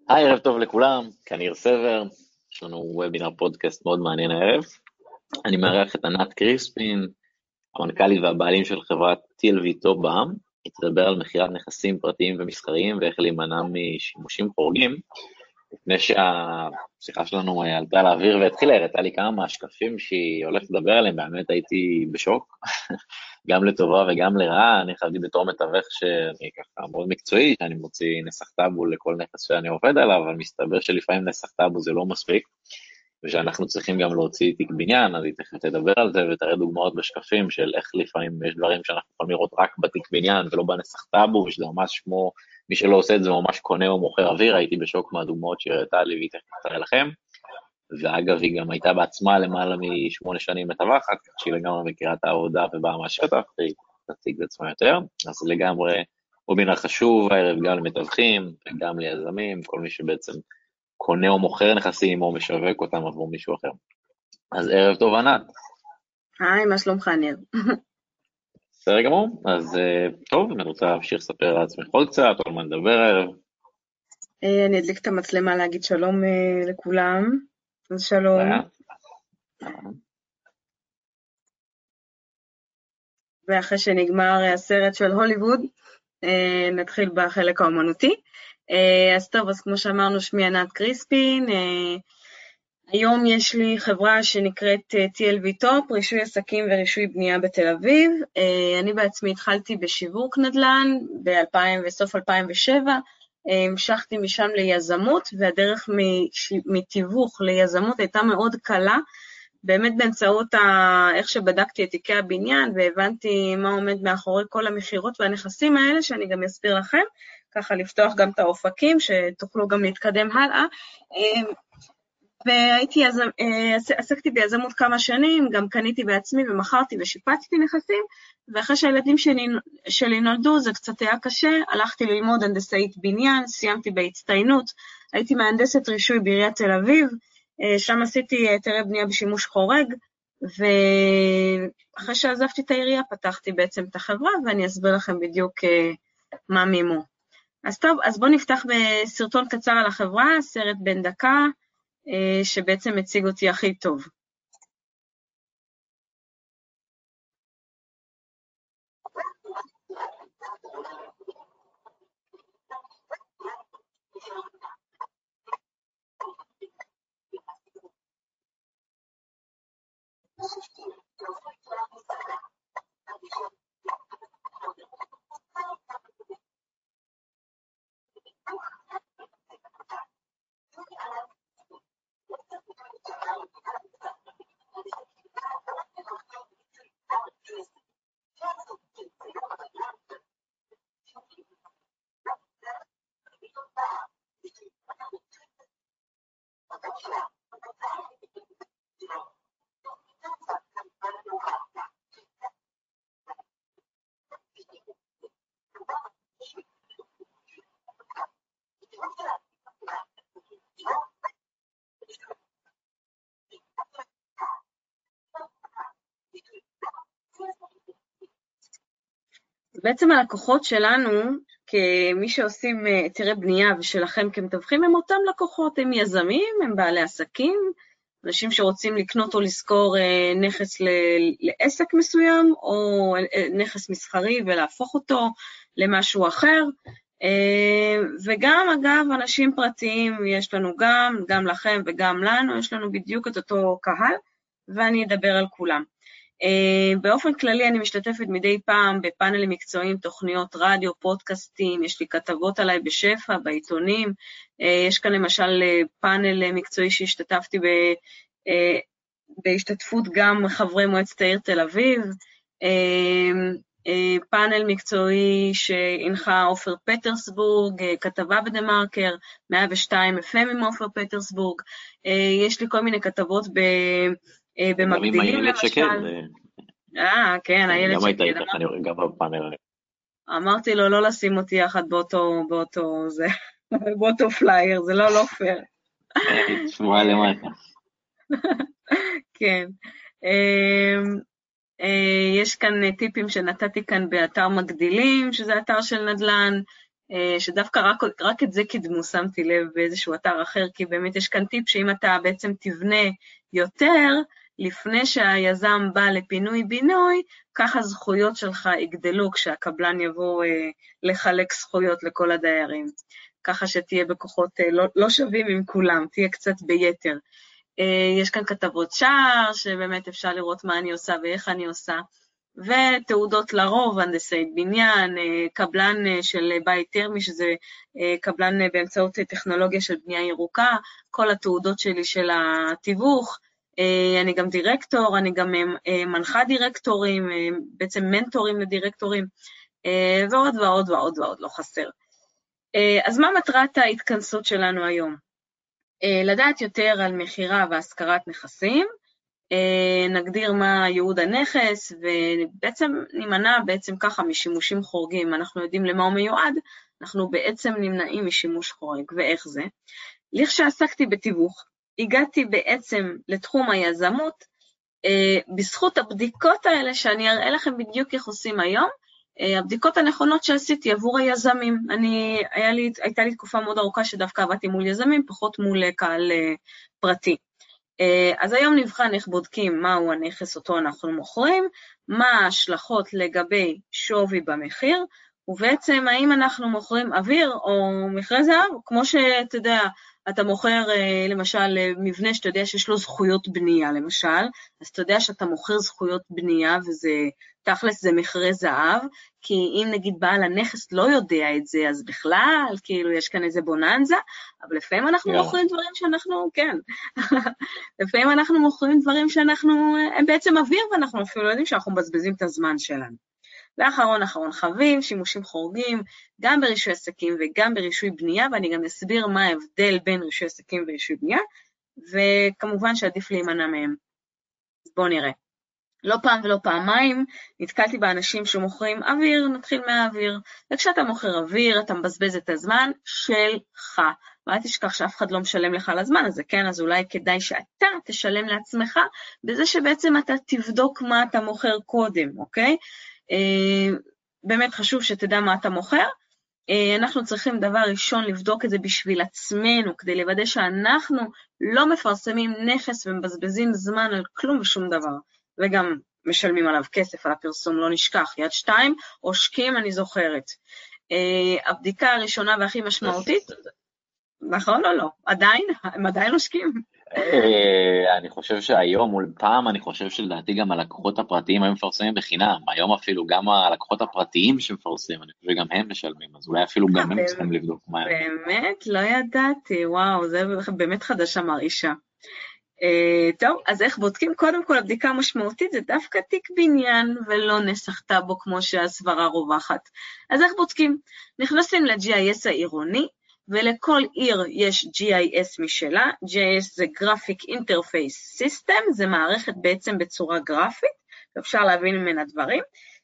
היי, ערב טוב לכולם, כאן ניר סבר, יש לנו וובינר פודקאסט מאוד מעניין הערב. אני מארח את ענת קריספין, המנכ"לית והבעלים של חברת TLV טופ בע"מ. היא תדבר על מכירת נכסים פרטיים ומסחריים ואיך להימנע משימושים חורגים. לפני שהשיחה שלנו עלתה לאוויר והתחילה, הראתה לי כמה מהשקפים שהיא הולכת לדבר עליהם, באמת הייתי בשוק, גם לטובה וגם לרעה. אני חייבתי בתור מתווך שאני ככה מאוד מקצועי, שאני מוציא נסח טאבו לכל נכס שאני עובד עליו, אבל מסתבר שלפעמים נסח טאבו זה לא מספיק, ושאנחנו צריכים גם להוציא תיק בניין, אז היא תכף תדבר על זה ותראה דוגמאות בשקפים של איך לפעמים יש דברים שאנחנו יכולים לראות רק בתיק בניין ולא בנסח טאבו, ושזה ממש כמו, מי שלא עושה את זה ממש קונה או מוכר אוויר. הייתי בשוק מהדוגמאות שהיא הראתה לי והיא תכף תראה לכם. ואגב, היא גם הייתה בעצמה למעלה מ8 שנים מתווכת, כך שהיא לגמרי מכירה את העבודה ובאה מהשטח, והיא תציג את עצמה יותר. אז לגמרי וובינר חשוב הערב גם למתווכים וגם ליזמים, כל מי שבעצם קונה או מוכר נכסים או משווק אותם עבור מישהו אחר. אז ערב טוב ענת. היי, מה שלומך ניר? בסדר גמור, אז טוב, אם את רוצה להמשיך לספר על עצמך עוד קצת, או על מה נדבר הערב. אני אדליק את המצלמה להגיד שלום לכולם. אז שלום. ואחרי שנגמר הסרט של הוליווד, נתחיל בחלק האומנותי. אז טוב, אז כמו שאמרנו, שמי ענת קריספין. היום יש לי חברה שנקראת TLV טופ, רישוי עסקים ורישוי בנייה בתל אביב. אני בעצמי התחלתי בשיווק נדל"ן בסוף 2007, המשכתי משם ליזמות, והדרך מתיווך ליזמות הייתה מאוד קלה, באמת באמצעות איך שבדקתי את תיקי הבניין, והבנתי מה עומד מאחורי כל המחירות והנכסים האלה, שאני גם אסביר לכם, ככה לפתוח גם את האופקים, שתוכלו גם להתקדם הלאה. עסקתי ביזמות כמה שנים, גם קניתי בעצמי ומכרתי ושיפצתי נכסים, ואחרי שהילדים שלי נולדו, זה קצת היה קשה, הלכתי ללמוד הנדסאית בניין, סיימתי בהצטיינות, הייתי מהנדסת רישוי בעיריית תל אביב, שם עשיתי היתרי בנייה בשימוש חורג, ואחרי שעזבתי את העירייה, פתחתי בעצם את החברה, ואני אסביר לכם בדיוק מה מימו. אז טוב, אז בואו נפתח בסרטון קצר על החברה, סרט בן דקה, שבעצם מציג אותי הכי טוב. בעצם הלקוחות שלנו, כמי שעושים היתרי בנייה ושלכם כמתווכים, הם אותם לקוחות, הם יזמים, הם בעלי עסקים, אנשים שרוצים לקנות או לשכור נכס לעסק מסוים, או נכס מסחרי ולהפוך אותו למשהו אחר, וגם אגב אנשים פרטיים יש לנו גם לכם וגם לנו, יש לנו בדיוק את אותו קהל, ואני אדבר על כולם. באופן כללי אני משתתפת מדי פעם בפאנלים מקצועיים, תוכניות רדיו, פודקאסטים, יש לי כתבות עליי בשפע, בעיתונים, יש כאן למשל פאנל מקצועי שהשתתפתי בהשתתפות גם חברי מועצת העיר תל אביב, פאנל מקצועי שהנחה עופר פטרסבורג, כתבה בדה-מרקר, 102 FM עם עופר פטרסבורג, יש לי כל מיני כתבות במקדימים למשל. כן, איילת שקד. גם בפאנל. אמרתי לו לא לשים אותי יחד באותו פלייר, זה לא פייר. שבועה למטה. כן. יש כאן טיפים שנתתי כאן באתר מגדילים, שזה אתר של נדל"ן, שדווקא רק את זה קידמו, שמתי לב באיזשהו אתר אחר, כי באמת יש כאן טיפ שאם אתה בעצם תבנה יותר, לפני שהיזם בא לפינוי בינוי, ככה זכויות שלך יגדלו כשהקבלן יבוא לחלק זכויות לכל הדיירים. ככה שתהיה בכוחות לא שווים עם כולם, תהיה קצת ביתר. יש כאן כתבות שער, שבאמת אפשר לראות מה אני עושה ואיך אני עושה, ותעודות לרוב, הנדסי בניין, קבלן של בית תרמי, שזה קבלן באמצעות טכנולוגיה של בנייה ירוקה, כל התעודות שלי של התיווך, אני גם דירקטור, אני גם מנחה דירקטורים, בעצם מנטורים לדירקטורים, ועוד ועוד ועוד ועוד, לא חסר. אז מה מטרת ההתכנסות שלנו היום? לדעת יותר על מחירה והשכרת נכסים, נגדיר מה ייעוד הנכס, ובעצם נימנע בעצם ככה משימושים חורגים, אנחנו יודעים למה הוא מיועד, אנחנו בעצם נמנעים משימוש חורג, ואיך זה? לכשעסקתי בתיווך, הגעתי בעצם לתחום היזמות, בזכות הבדיקות האלה שאני אראה לכם בדיוק איך עושים היום, הבדיקות הנכונות שעשיתי עבור היזמים, הייתה לי תקופה מאוד ארוכה שדווקא עבדתי מול יזמים, פחות מול קהל פרטי. אז היום נבחן איך בודקים מהו הנכס אותו אנחנו מוכרים, מה ההשלכות לגבי שווי במחיר, ובעצם האם אנחנו מוכרים אוויר או מכרה זהב, כמו שאתה יודע, אתה מוכר למשל מבנה שאתה יודע שיש לו זכויות בנייה למשל, אז אתה יודע שאתה מוכר זכויות בנייה וזה תכלס זה מכרה זהב, כי אם נגיד בעל הנכס לא יודע את זה, אז בכלל כאילו יש כאן איזה בוננזה, אבל לפעמים אנחנו מוכרים דברים שאנחנו, כן, לפעמים אנחנו מוכרים דברים שאנחנו, הם בעצם אוויר ואנחנו אפילו לא יודעים שאנחנו מבזבזים את הזמן שלנו. ואחרון חביב, שימושים חורגים, גם ברישוי עסקים וגם ברישוי בנייה, ואני גם אסביר מה ההבדל בין רישוי עסקים ורישוי בנייה, וכמובן שעדיף להימנע מהם. אז בואו נראה. לא פעם ולא פעמיים, נתקלתי באנשים שמוכרים אוויר, נתחיל מהאוויר, וכשאתה מוכר אוויר, אתה מבזבז את הזמן שלך, ואל תשכח שאף אחד לא משלם לך על הזמן הזה, כן? אז אולי כדאי שאתה תשלם לעצמך, בזה שבעצם אתה תבדוק מה אתה מוכר קודם, אוקיי? באמת חשוב שתדע מה אתה מוכר, אנחנו צריכים דבר ראשון לבדוק את זה בשביל עצמנו, כדי לוודא שאנחנו לא מפרסמים נכס ומבזבזים זמן על כלום ושום דבר, וגם משלמים עליו כסף על הפרסום, לא נשכח, יד 2, עושקים אני זוכרת. הבדיקה הראשונה והכי משמעותית, נכון או לא? עדיין? הם עדיין עושקים? אני חושב שהיום מול פעם, אני חושב שלדעתי גם הלקוחות הפרטיים הם מפרסמים בחינם, היום אפילו גם הלקוחות הפרטיים שמפרסמים, אני חושב שגם הם משלמים, אז אולי אפילו גם הם צריכים לבדוק מה הם. באמת? לא ידעתי, וואו, זה באמת חדשה מרעישה. טוב, אז איך בודקים? קודם כל, הבדיקה המשמעותית זה דווקא תיק בניין ולא נסח טאבו כמו שהסברה רווחת. אז איך בודקים? נכנסים ל-GIS העירוני, ולכל עיר יש GIS משלה, GIS זה Graphic Interface System, זה מערכת בעצם בצורה גרפית, אפשר להבין ממנה דברים,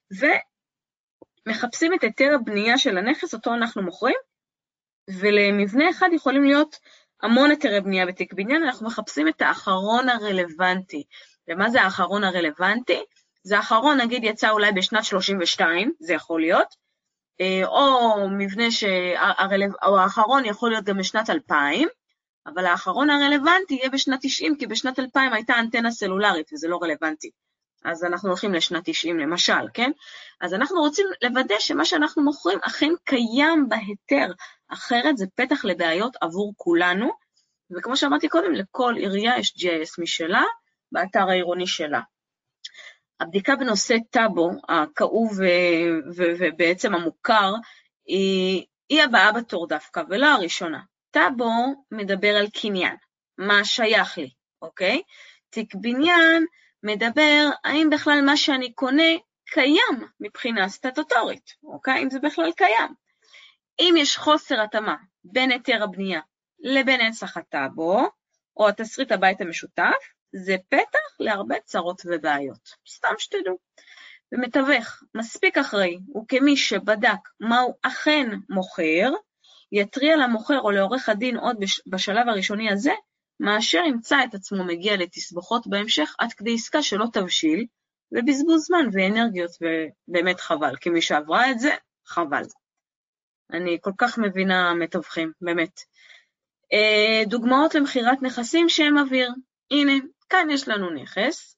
ומחפשים את היתר הבנייה של הנכס, אותו אנחנו מוכרים, ולמבנה אחד יכולים להיות המון היתרי בנייה בתיק בניין, אנחנו מחפשים את האחרון הרלוונטי. ומה זה האחרון הרלוונטי? זה האחרון, נגיד, יצא אולי בשנת 32, זה יכול להיות, או מבנה או האחרון יכול להיות גם בשנת 2000, אבל האחרון הרלוונטי יהיה בשנת 90, כי בשנת 2000 הייתה אנטנה סלולרית, וזה לא רלוונטי. אז אנחנו הולכים לשנת 90 למשל, כן? אז אנחנו רוצים לוודא שמה שאנחנו מוכרים אכן קיים בהיתר, אחרת זה פתח לבעיות עבור כולנו, וכמו שאמרתי קודם, לכל עירייה יש GIS משלה, באתר העירוני שלה. הבדיקה בנושא טאבו, הכאוב ובעצם המוכר, היא הבאה בתור דווקא, ולא הראשונה. טאבו מדבר על קניין, מה שייך לי, אוקיי? תיק בניין מדבר האם בכלל מה שאני קונה קיים מבחינה סטטוטורית, אוקיי? אם זה בכלל קיים. אם יש חוסר התאמה בין היתר הבנייה לבין נסח הטאבו, או התסריט הבית המשותף, זה פתח להרבה צרות ובעיות. סתם שתדעו. ומתווך מספיק אחראי, וכמי שבדק מה הוא אכן מוכר, יתריע למוכר או לעורך הדין עוד בשלב הראשוני הזה, מאשר ימצא את עצמו מגיע לתסבוכות בהמשך, עד כדי עסקה שלא תבשיל, ובזבוז זמן ואנרגיות, ובאמת חבל, כי מי שעברה את זה, חבל. אני כל כך מבינה מתווכים, באמת. דוגמאות למחירת נכסים שהם אוויר. הנה, כאן יש לנו נכס,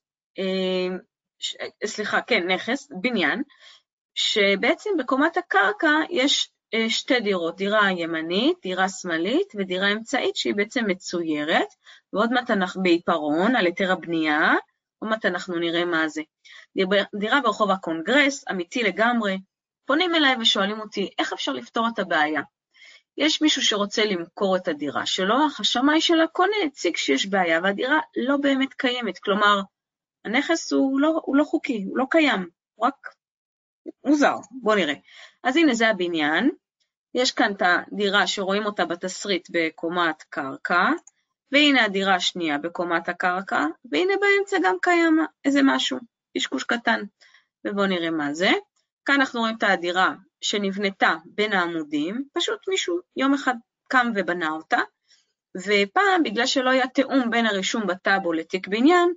נכס, בניין, שבעצם בקומת הקרקע יש שתי דירות, דירה ימנית, דירה שמאלית ודירה אמצעית שהיא בעצם מצוירת, ועוד מעט אנחנו בעיפרון על היתר הבנייה, עוד מעט אנחנו נראה מה זה. דירה ברחוב הקונגרס, אמיתי לגמרי, פונים אליי ושואלים אותי איך אפשר לפתור את הבעיה. יש מישהו שרוצה למכור את הדירה שלו, השמאי של הקונה הציג שיש בעיה, והדירה לא באמת קיימת, כלומר, הנכס הוא לא חוקי, הוא לא קיים, הוא רק מוזר, בוא נראה. אז הנה זה הבניין, יש כאן את הדירה שרואים אותה בתסריט בקומת קרקע, והנה הדירה השנייה בקומת הקרקע, והנה באמצע גם קיים איזה משהו, קשקוש קטן, ובוא נראה מה זה. כאן אנחנו רואים את הדירה שנבנתה בין העמודים, פשוט מישהו יום אחד קם ובנה אותה, ופעם בגלל שלא היה תאום בין הרישום בטאבו לתיק בניין,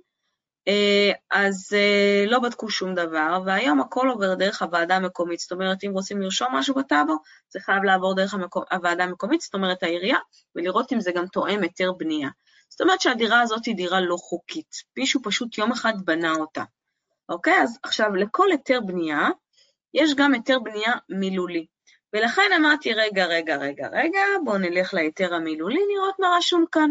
אז לא בדקו שום דבר, והיום הכל עובר דרך הוועדה המקומית, זאת אומרת, אם רוצים לרשום משהו בטאבו, זה חייב לעבור דרך הוועדה המקומית, זאת אומרת העירייה, ולראות אם זה גם תואם היתר בנייה. זאת אומרת שהדירה הזאת היא דירה לא חוקית, מישהו פשוט יום אחד בנה אותה. אוקיי? אז עכשיו לכל היתר בנייה, יש גם היתר בנייה מילולי, ולכן אמרתי רגע, בואו נלך להיתר המילולי, נראות מה רשום כאן.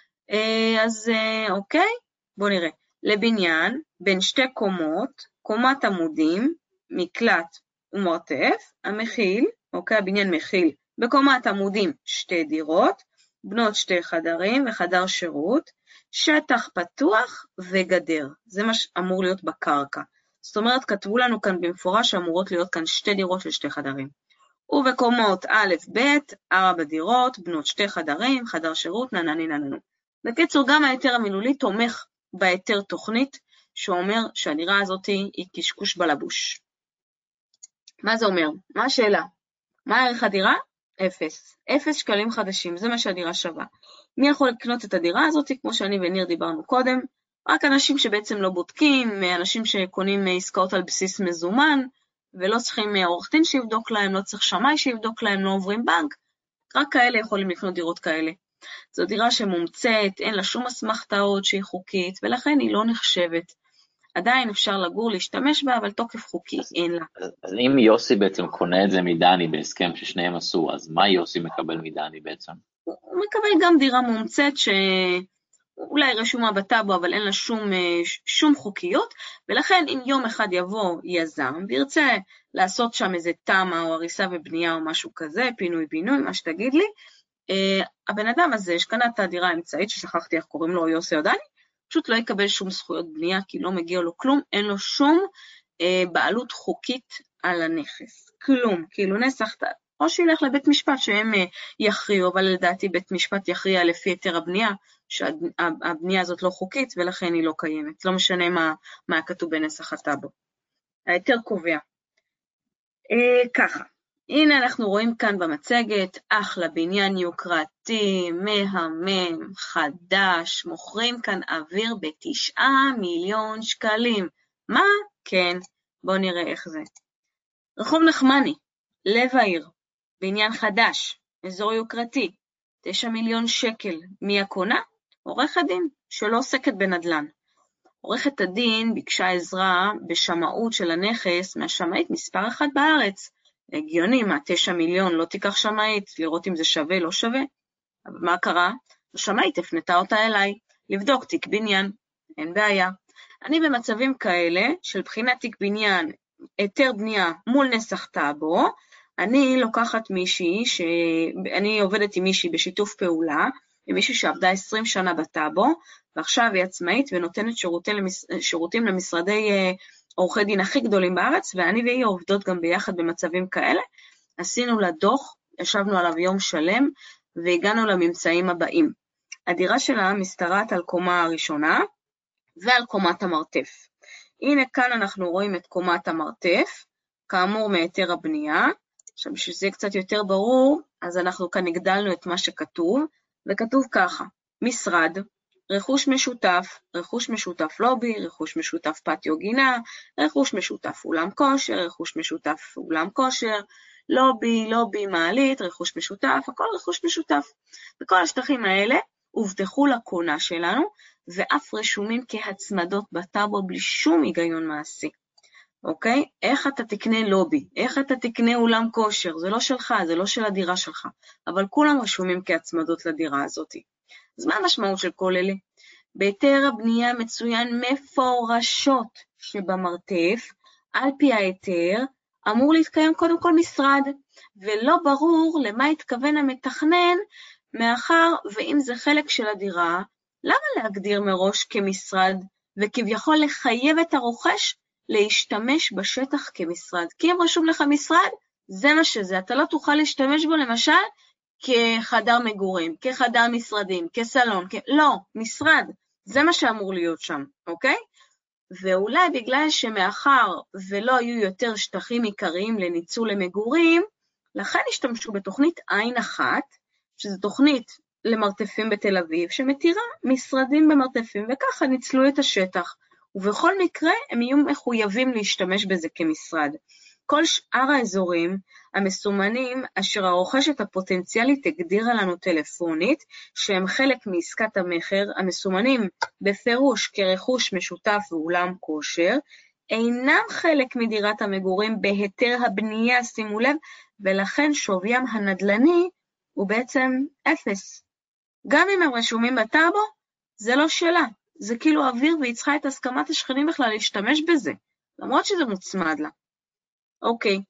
אז אוקיי, בואו נראה. לבניין, בין שתי קומות, קומת עמודים, מקלט ומרתף, המכיל, אוקיי, הבניין מכיל, בקומת עמודים שתי דירות, בנות שתי חדרים וחדר שירות, שטח פתוח וגדר, זה מה שאמור להיות בקרקע. זאת אומרת, כתבו לנו כאן במפורש שאמורות להיות כאן שתי דירות לשתי חדרים. ובקומות א' ב', 4 דירות, בנות שתי חדרים, חדר שירות, נננו. בקיצור, גם היתר המילולי תומך בהיתר תוכנית, שאומר שהדירה הזאת היא קשקוש בלבוש. מה זה אומר? מה השאלה? מה הערך הדירה? 0 שקלים חדשים, זה מה שהדירה שווה. מי יכול לקנות את הדירה הזאת, כמו שאני וניר דיברנו קודם? רק אנשים שבעצם לא בודקים, אנשים שקונים עסקאות על בסיס מזומן, ולא צריכים עורך דין שיבדוק להם, לא צריך שמאי שיבדוק להם, לא עוברים בנק, רק כאלה יכולים לקנות דירות כאלה. זו דירה שמומצאת, אין לה שום אסמכתאות שהיא חוקית, ולכן היא לא נחשבת. עדיין אפשר לגור, להשתמש בה, אבל תוקף חוקי אין לה. אז אם יוסי בעצם קונה את זה מדני בהסכם ששניהם עשו, אז מה יוסי מקבל מדני בעצם? הוא מקבל גם דירה מומצאת שאולי רשומה בטאבו, אבל אין לה שום חוקיות, ולכן אם יום אחד יבוא יזם, וירצה לעשות שם איזה תמה או הריסה ובנייה או משהו כזה, פינוי-בינוי, מה שתגיד לי, הבן אדם הזה שקנה את הדירה האמצעית, ששכחתי איך קוראים לו יוסי או דני, פשוט לא יקבל שום זכויות בנייה, כי לא מגיע לו כלום, אין לו שום בעלות חוקית על הנכס. כלום, כאילו נסח, או שילך לבית משפט שהם יכריעו, אבל לדעתי בית משפט יכריע לפי היתר הבנייה, שהבנייה הזאת לא חוקית, ולכן היא לא קיימת. לא משנה מה כתוב בנסח הטאבו. ההיתר קובע. ככה. הנה אנחנו רואים כאן במצגת, אחלה בניין יוקרתי, מהמם, חדש, מוכרים כאן אוויר ב9 מיליון שקלים. מה? כן, בואו נראה איך זה. רחוב נחמני, לב העיר, בניין חדש, אזור יוקרתי, 9 מיליון שקל. מי הקונה? עורך הדין, שלא עוסקת בנדלן. עורכת הדין ביקשה עזרה בשמאות של הנכס מהשמאית מספר 1 בארץ. הגיוני, מה 9 מיליון לא תיקח שמאית, לראות אם זה שווה, לא שווה. אבל מה קרה? השמאית הפנתה אותה אליי, לבדוק תיק בניין, אין בעיה. אני במצבים כאלה של בחינת תיק בניין, היתר בנייה מול נסח טאבו, אני לוקחת מישהי, אני עובדת עם מישהי בשיתוף פעולה, עם מישהי שעבדה 20 שנה בטאבו, ועכשיו היא עצמאית ונותנת שירותים למשרדי עורכי דין הכי גדולים בארץ, ואני והיא עובדות גם ביחד במצבים כאלה. עשינו לה דוח, ישבנו עליו יום שלם, והגענו לממצאים הבאים. הדירה שלה מסתרעת על קומה הראשונה, ועל קומת המרתף. הנה כאן אנחנו רואים את קומת המרתף, כאמור מהיתר הבנייה. עכשיו בשביל זה קצת יותר ברור, אז אנחנו כאן הגדלנו את מה שכתוב, וכתוב ככה, משרד, רכוש משותף לובי, רכוש משותף פטיו גינה, רכוש משותף אולם כושר, רכוש משותף אולם כושר, לובי, מעלית, רכוש משותף, הכל רכוש משותף. וכל השטחים האלה הובטחו לקונה שלנו, ואף רשומים כהצמדות בטאבו בלי שום היגיון מעשי. אוקיי? איך אתה תקנה לובי? איך אתה תקנה אולם כושר? זה לא שלך, זה לא של הדירה שלך, אבל כולם רשומים כהצמדות לדירה הזאת. אז מה המשמעות של כל אלה? בהיתר הבנייה מצוין מפורשות שבמרתף, על פי ההיתר, אמור להתקיים קודם כל משרד, ולא ברור למה התכוון המתכנן, מאחר ואם זה חלק של הדירה, למה להגדיר מראש כמשרד, וכביכול לחייב את הרוכש להשתמש בשטח כמשרד? כי אם רשום לך משרד, זה מה שזה, אתה לא תוכל להשתמש בו למשל כחדר מגורים, כחדר משרדים, כסלון, לא, משרד, זה מה שאמור להיות שם, אוקיי? ואולי בגלל שמאחר ולא היו יותר שטחים עיקריים לניצול למגורים, לכן השתמשו בתוכנית עין אחת, שזו תוכנית למרתפים בתל אביב, שמתירה משרדים במרתפים, וככה ניצלו את השטח, ובכל מקרה הם יהיו מחויבים להשתמש בזה כמשרד. כל שאר האזורים המסומנים אשר הרוכשת הפוטנציאלית הגדירה לנו טלפונית, שהם חלק מעסקת המחר, המסומנים בפירוש כרכוש משותף ואולם כושר, אינם חלק מדירת המגורים בהיתר הבנייה, שימו לב, ולכן שוויים הנדלני הוא בעצם אפס. גם אם הם רשומים בטאבו, זה לא שלה, זה כאילו אוויר והיא צריכה את הסכמת השכנים בכלל להשתמש בזה, למרות שזה מוצמד לה. אוקיי,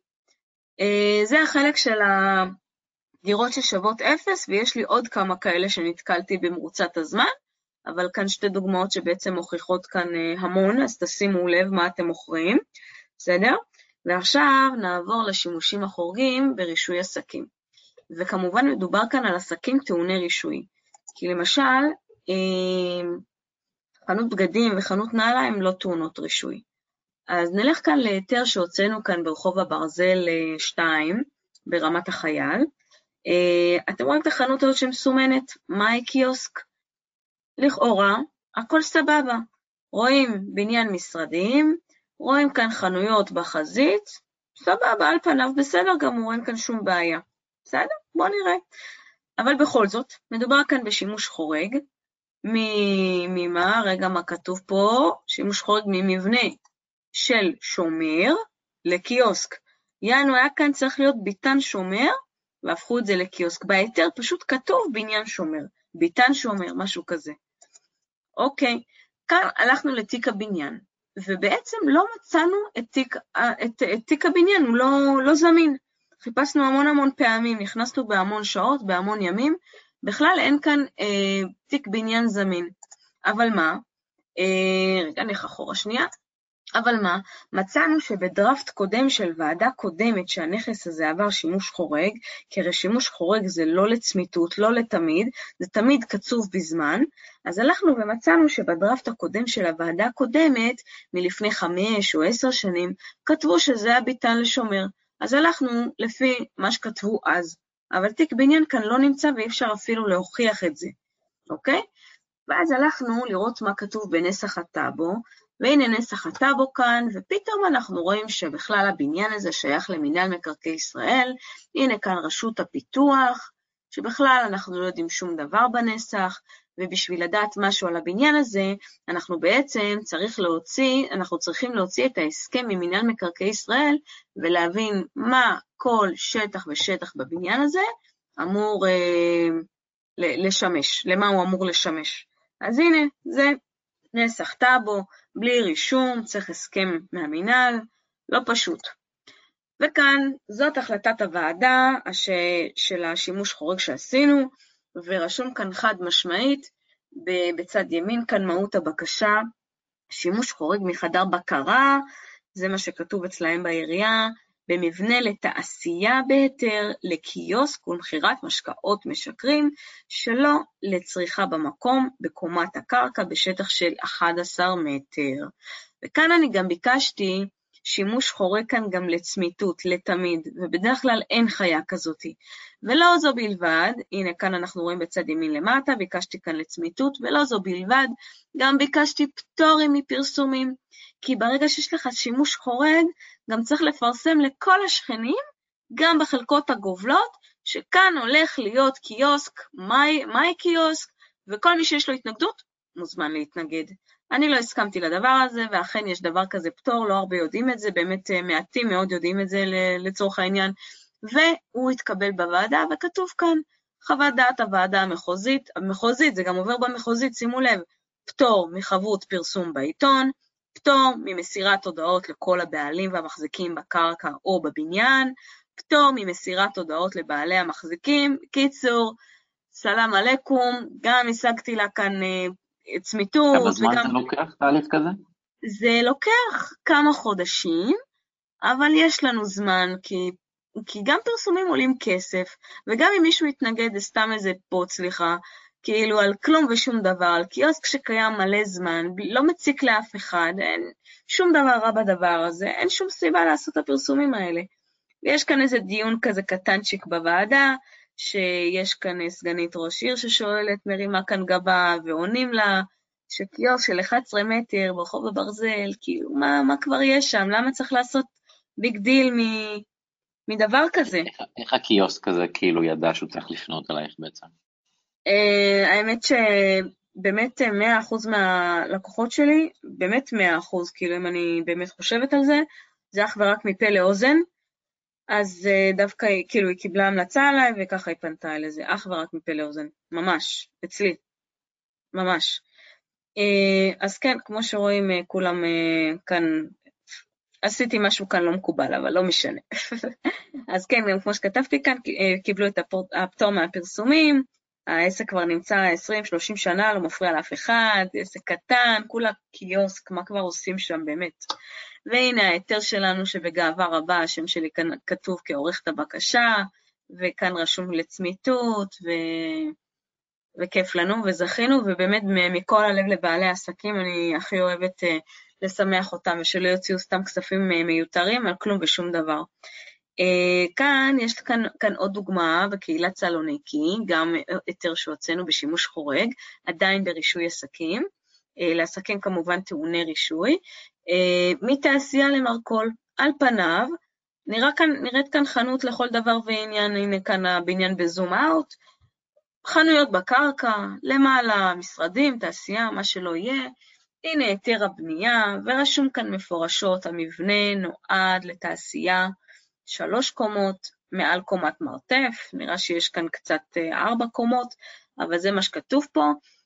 זה החלק של הדירות ששוות אפס, ויש לי עוד כמה כאלה שנתקלתי במרוצת הזמן, אבל כאן שתי דוגמאות שבעצם מוכיחות כאן המון, אז תשימו לב מה אתם מוכרים, בסדר? ועכשיו נעבור לשימושים החורגים ברישוי עסקים. וכמובן מדובר כאן על עסקים טעוני רישוי, כי למשל, חנות בגדים וחנות נעליים לא טעונות רישוי. אז נלך כאן להיתר שהוצאנו כאן ברחוב הברזל 2, ברמת החייל. אתם רואים את החנות הזאת שמסומנת, מאי קיוסק. לכאורה, הכל סבבה. רואים בניין משרדים, רואים כאן חנויות בחזית, סבבה, על פניו בסדר גמור, אין כאן שום בעיה. בסדר? בואו נראה. אבל בכל זאת, מדובר כאן בשימוש חורג. ממה? רגע, מה כתוב פה? שימוש חורג ממבנה של שומר לקיוסק. יענו, היה כאן צריך להיות ביתן שומר, והפכו את זה לקיוסק. בהיתר פשוט כתוב בניין שומר, ביתן שומר, משהו כזה. אוקיי, כאן הלכנו לתיק הבניין, ובעצם לא מצאנו את תיק הבניין, הוא לא זמין. חיפשנו המון פעמים, נכנסנו בהמון שעות, בהמון ימים, בכלל אין כאן תיק בניין זמין. אבל מה? רגע, נלך אחורה שנייה. אבל מה? מצאנו שבדרפט קודם של ועדה קודמת שהנכס הזה עבר שימוש חורג, כי הרי שימוש חורג זה לא לצמיתות, לא לתמיד, זה תמיד קצוב בזמן, אז הלכנו ומצאנו שבדרפט הקודם של הוועדה הקודמת, מלפני 5 או 10 שנים, כתבו שזה הביתן לשומר, אז הלכנו לפי מה שכתבו אז, אבל תיק בניין כאן לא נמצא ואי אפשר אפילו להוכיח את זה, אוקיי? ואז הלכנו לראות מה כתוב בנסח הטאבו, והנה נסח הטאבו כאן, ופתאום אנחנו רואים שבכלל הבניין הזה שייך למינהל מקרקעי ישראל, הנה כאן רשות הפיתוח, שבכלל אנחנו לא יודעים שום דבר בנסח, ובשביל לדעת משהו על הבניין הזה, אנחנו בעצם צריכים להוציא את ההסכם ממינהל מקרקעי ישראל, ולהבין מה כל שטח ושטח בבניין הזה אמור לשמש, למה הוא אמור לשמש. אז הנה, זה נסח טאבו, בלי רישום, צריך הסכם מהמינהל, לא פשוט. וכאן, זאת החלטת הוועדה של השימוש חורג שעשינו, ורשום כאן חד משמעית, בצד ימין כאן מהות הבקשה, שימוש חורג מחדר בקרה, זה מה שכתוב אצלהם בעירייה, במבנה לתעשייה בהיתר, לקיוסק ולמכירת משקאות משכרים, שלא לצריכה במקום, בקומת הקרקע, בשטח של 11 מטר. וכאן אני גם ביקשתי שימוש חורג כאן גם לצמיתות, לתמיד, ובדרך כלל אין חיה כזאת. ולא זו בלבד, הנה כאן אנחנו רואים בצד ימין למטה, ביקשתי כאן לצמיתות, ולא זו בלבד, גם ביקשתי פטורים מפרסומים, כי ברגע שיש לך שימוש חורג, גם צריך לפרסם לכל השכנים, גם בחלקות הגובלות, שכאן הולך להיות קיוסק, מאי קיוסק, וכל מי שיש לו התנגדות, מוזמן להתנגד. אני לא הסכמתי לדבר הזה, ואכן יש דבר כזה פטור, לא הרבה יודעים את זה, באמת מעטים מאוד יודעים את זה לצורך העניין, והוא התקבל בוועדה, וכתוב כאן, חוות דעת הוועדה המחוזית, זה גם עובר במחוזית, שימו לב, פטור מחבות פרסום בעיתון, פטור ממסירת הודעות לכל הבעלים והמחזיקים בקרקע או בבניין, פטור ממסירת הודעות לבעלי המחזיקים. קיצור, סלام עליכום, גם השגתי לה כאן צמיתות. כמה זמן זה לוקח תהליך כזה? זה לוקח כמה חודשים, אבל יש לנו זמן, כי גם פרסומים עולים כסף, וגם אם מישהו יתנגד, זה סתם איזה פוץ, סליחה, כאילו על כלום ושום דבר, על קיוסק שקיים מלא זמן, לא מציק לאף אחד, אין שום דבר רע בדבר הזה, אין שום סיבה לעשות את הפרסומים האלה. ויש כאן איזה דיון כזה קטנצ'יק בוועדה, שיש כאן סגנית ראש עיר ששואלת, מרימה כאן גבה, ועונים לה, שקיוסק של 11 מטר ברחוב הברזל, כאילו מה כבר יש שם? למה צריך לעשות ביג דיל מדבר כזה? איך הקיוסק הזה כאילו ידע שהוא צריך לפנות אלייך בעצם? האמת שבאמת 100% מהלקוחות שלי, באמת 100%, כאילו אם אני באמת חושבת על זה, זה אך ורק מפה לאוזן, אז דווקא כאילו היא קיבלה המלצה עליי, וככה היא פנתה על זה, אך ורק מפה לאוזן, ממש, אצלי, ממש. אז כן, כמו שרואים, כולם כאן, עשיתי משהו כאן לא מקובל, אבל לא משנה. אז כן, כמו שכתבתי כאן, קיבלו את הפטור מהפרסומים, העסק כבר נמצא 20-30 שנה, לא מפריע לאף אחד, עסק קטן, כולה קיוסק, מה כבר עושים שם באמת. והנה ההיתר שלנו שבגאווה רבה, השם שלי כאן כתוב כעורכת הבקשה, וכאן רשום לצמיתות, וכיף לנו וזכינו, ובאמת מכל הלב לבעלי העסקים, אני הכי אוהבת לשמח אותם, ושלא יוציאו סתם כספים מיותרים על כלום ושום דבר. כאן יש כאן עוד דוגמה בקהילת סלוניקי, גם היתר שהוצאנו בשימוש חורג, עדיין ברישוי עסקים, לעסקים כמובן טעוני רישוי, מתעשייה למרכול. על פניו, נראית כאן חנות לכל דבר ועניין, הנה כאן הבניין בזום אאוט, חנויות בקרקע, למעלה, משרדים, תעשייה, מה שלא יהיה, הנה היתר הבנייה, ורשום כאן מפורשות, המבנה נועד לתעשייה, 3 קומות, מעל קומת מרתף, נראה שיש כאן קצת 4 קומות, אבל זה מה שכתוב פה,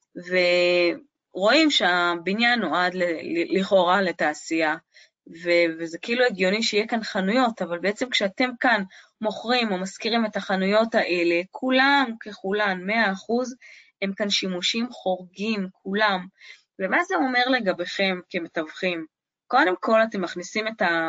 ורואים שהבניין נועד לכאורה לתעשייה, וזה כאילו הגיוני שיהיה כאן חנויות, אבל בעצם כשאתם כאן מוכרים או מזכירים את החנויות האלה, כולם ככולן 100%, הם כאן שימושים חורגים, כולם. ומה זה אומר לגביכם כמתווכים? קודם כל אתם מכניסים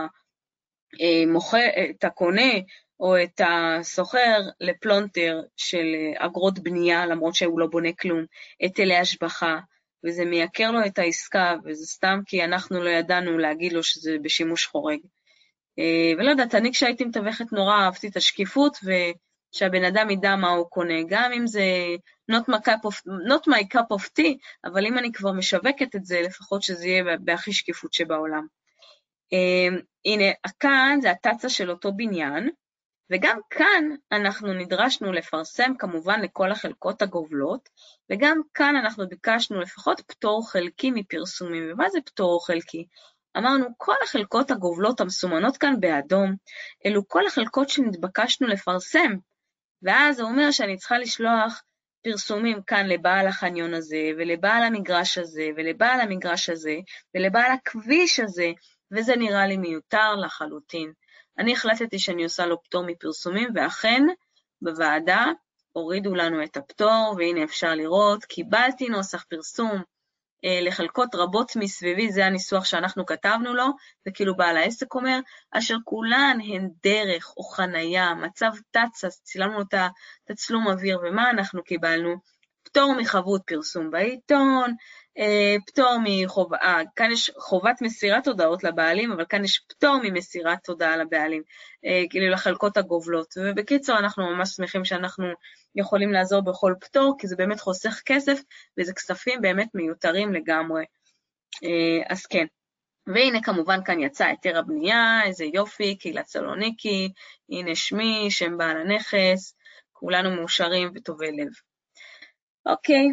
את הקונה או את הסוחר לפלונטר של אגרות בנייה, למרות שהוא לא בונה כלום, היטלי השבחה, וזה מייקר לו את העסקה, וזה סתם כי אנחנו לא ידענו להגיד לו שזה בשימוש חורג. ולא יודעת, אני כשהייתי מתווכת נורא אהבתי את השקיפות, ושהבן אדם ידע מה הוא קונה, גם אם זה not my cup of tea, אבל אם אני כבר משווקת את זה, לפחות שזה יהיה בהכי שקיפות שבעולם. הנה, כאן זה התצה של אותו בניין, וגם כאן אנחנו נדרשנו לפרסם כמובן לכל החלקות הגובלות, וגם כאן אנחנו ביקשנו לפחות פטור חלקי מפרסומים. ומה זה פטור חלקי? אמרנו, כל החלקות הגובלות המסומנות כאן באדום, אלו כל החלקות שנתבקשנו לפרסם, ואז זה אומר שאני צריכה לשלוח פרסומים כאן לבעל החניון הזה, ולבעל המגרש הזה, ולבעל המגרש הזה, ולבעל הכביש הזה, וזה נראה לי מיותר לחלוטין. אני החלטתי שאני עושה לו פטור מפרסומים, ואכן בוועדה הורידו לנו את הפטור, והנה אפשר לראות, קיבלתי נוסח פרסום לחלקות רבות מסביבי, זה הניסוח שאנחנו כתבנו לו, וכאילו בעל העסק אומר, אשר כולן הן דרך או חנייה, מצב תצה, צילמנו את תצלום אוויר, ומה אנחנו קיבלנו? פטור מחבות פרסום בעיתון, פטור כאן יש חובת מסירת הודעות לבעלים, אבל כאן יש פטור ממסירת הודעה לבעלים, כאילו לחלקות הגובלות, ובקיצור אנחנו ממש שמחים שאנחנו יכולים לעזור בכל פטור, כי זה באמת חוסך כסף, וזה כספים באמת מיותרים לגמרי. אז כן, והנה כמובן כאן יצא היתר הבנייה, איזה יופי, קהילת סלוניקי, הנה שמי, שם בעל הנכס, כולנו מאושרים וטובי לב. אוקיי,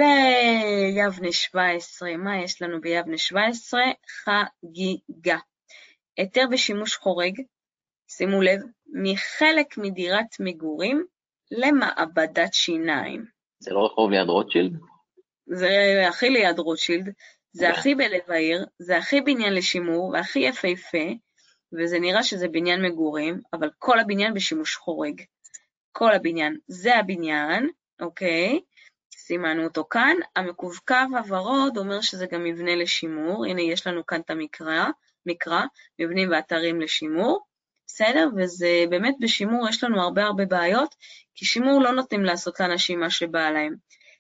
ויבנה 17, מה יש לנו ביבנה 17? חגיגה. היתר בשימוש חורג, שימו לב, מחלק מדירת מגורים למעבדת שיניים. זה לא רחוב ליד רוטשילד? זה הכי ליד רוטשילד, זה הכי בלב העיר, זה הכי בניין לשימור, והכי יפהפה, וזה נראה שזה בניין מגורים, אבל כל הבניין בשימוש חורג. כל הבניין, זה הבניין, אוקיי? סימנו אותו כאן, המקווקו הוורוד אומר שזה גם מבנה לשימור, הנה יש לנו כאן את המקרא, מבנים ואתרים לשימור, בסדר? וזה באמת בשימור יש לנו הרבה בעיות, כי שימור לא נותנים לעשות לאנשים מה שבא להם.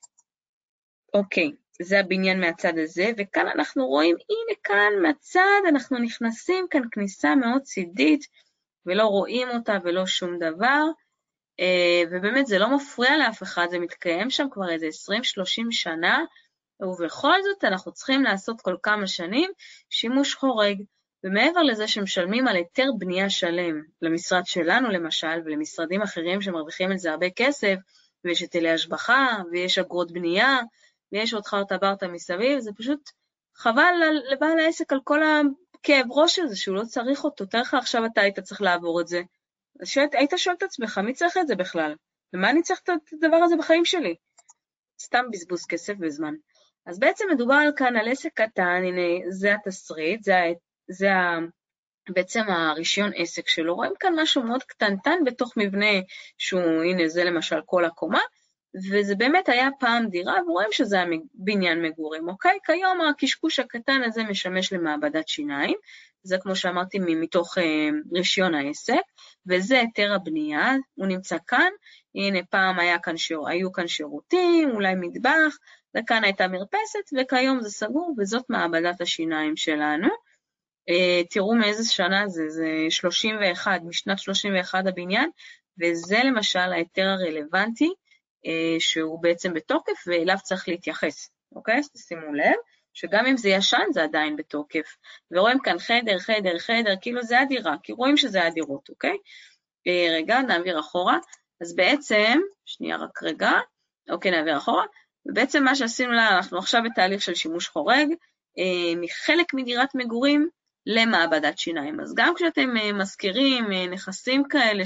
אוקיי, זה הבניין מהצד הזה, וכאן אנחנו רואים, הנה כאן מהצד, אנחנו נכנסים כאן כניסה מאוד צידית, ולא רואים אותה ולא שום דבר, ובאמת זה לא מפריע לאף אחד, זה מתקיים שם כבר איזה 20-30 שנה, ובכל זאת אנחנו צריכים לעשות כל כמה שנים שימוש חורג, ומעבר לזה שמשלמים על היתר בנייה שלם, למשרד שלנו למשל, ולמשרדים אחרים שמרוויחים על זה הרבה כסף, ויש היטלי השבחה, ויש אגרות בנייה, ויש עוד חרטה ברטה מסביב, זה פשוט חבל לבעל העסק על כל הכאב ראש הזה, שהוא לא צריך אותו, תראה עכשיו אתה היית צריך לעבור את זה, היית שואל את עצמך, מי צריך את זה בכלל? ומה אני צריך את הדבר הזה בחיים שלי? סתם בזבוז כסף וזמן. אז בעצם מדובר כאן על עסק קטן, הנה זה התסריט, זה בעצם הרישיון עסק שלו, רואים כאן משהו מאוד קטנטן בתוך מבנה שהוא, הנה זה למשל כל הקומה, וזה באמת היה פעם דירה, ורואים שזה בניין מגורים, אוקיי? כיום הקשקוש הקטן הזה משמש למעבדת שיניים, זה כמו שאמרתי מתוך רישיון העסק, וזה היתר הבנייה, הוא נמצא כאן, הנה פעם היו כאן שירותים, אולי מטבח, וכאן הייתה מרפסת, וכיום זה סגור, וזאת מעבדת השיניים שלנו. תראו מאיזה שנה זה 31, משנת 31 הבניין, וזה למשל ההיתר הרלוונטי, שהוא בעצם בתוקף, ואליו צריך להתייחס, אוקיי? אז תשימו לב, שגם אם זה ישן, זה עדיין בתוקף. ורואים כאן חדר, כאילו זה הדירה, כי רואים שזה הדירות, אוקיי? רגע, נעביר אחורה. אז בעצם, שנייה רק רגע, אוקיי, נעביר אחורה. ובעצם מה שעשינו לה, אנחנו עכשיו בתהליך של שימוש חורג, מחלק מדירת מגורים למעבדת שיניים. אז גם כשאתם מזכירים נכסים כאלה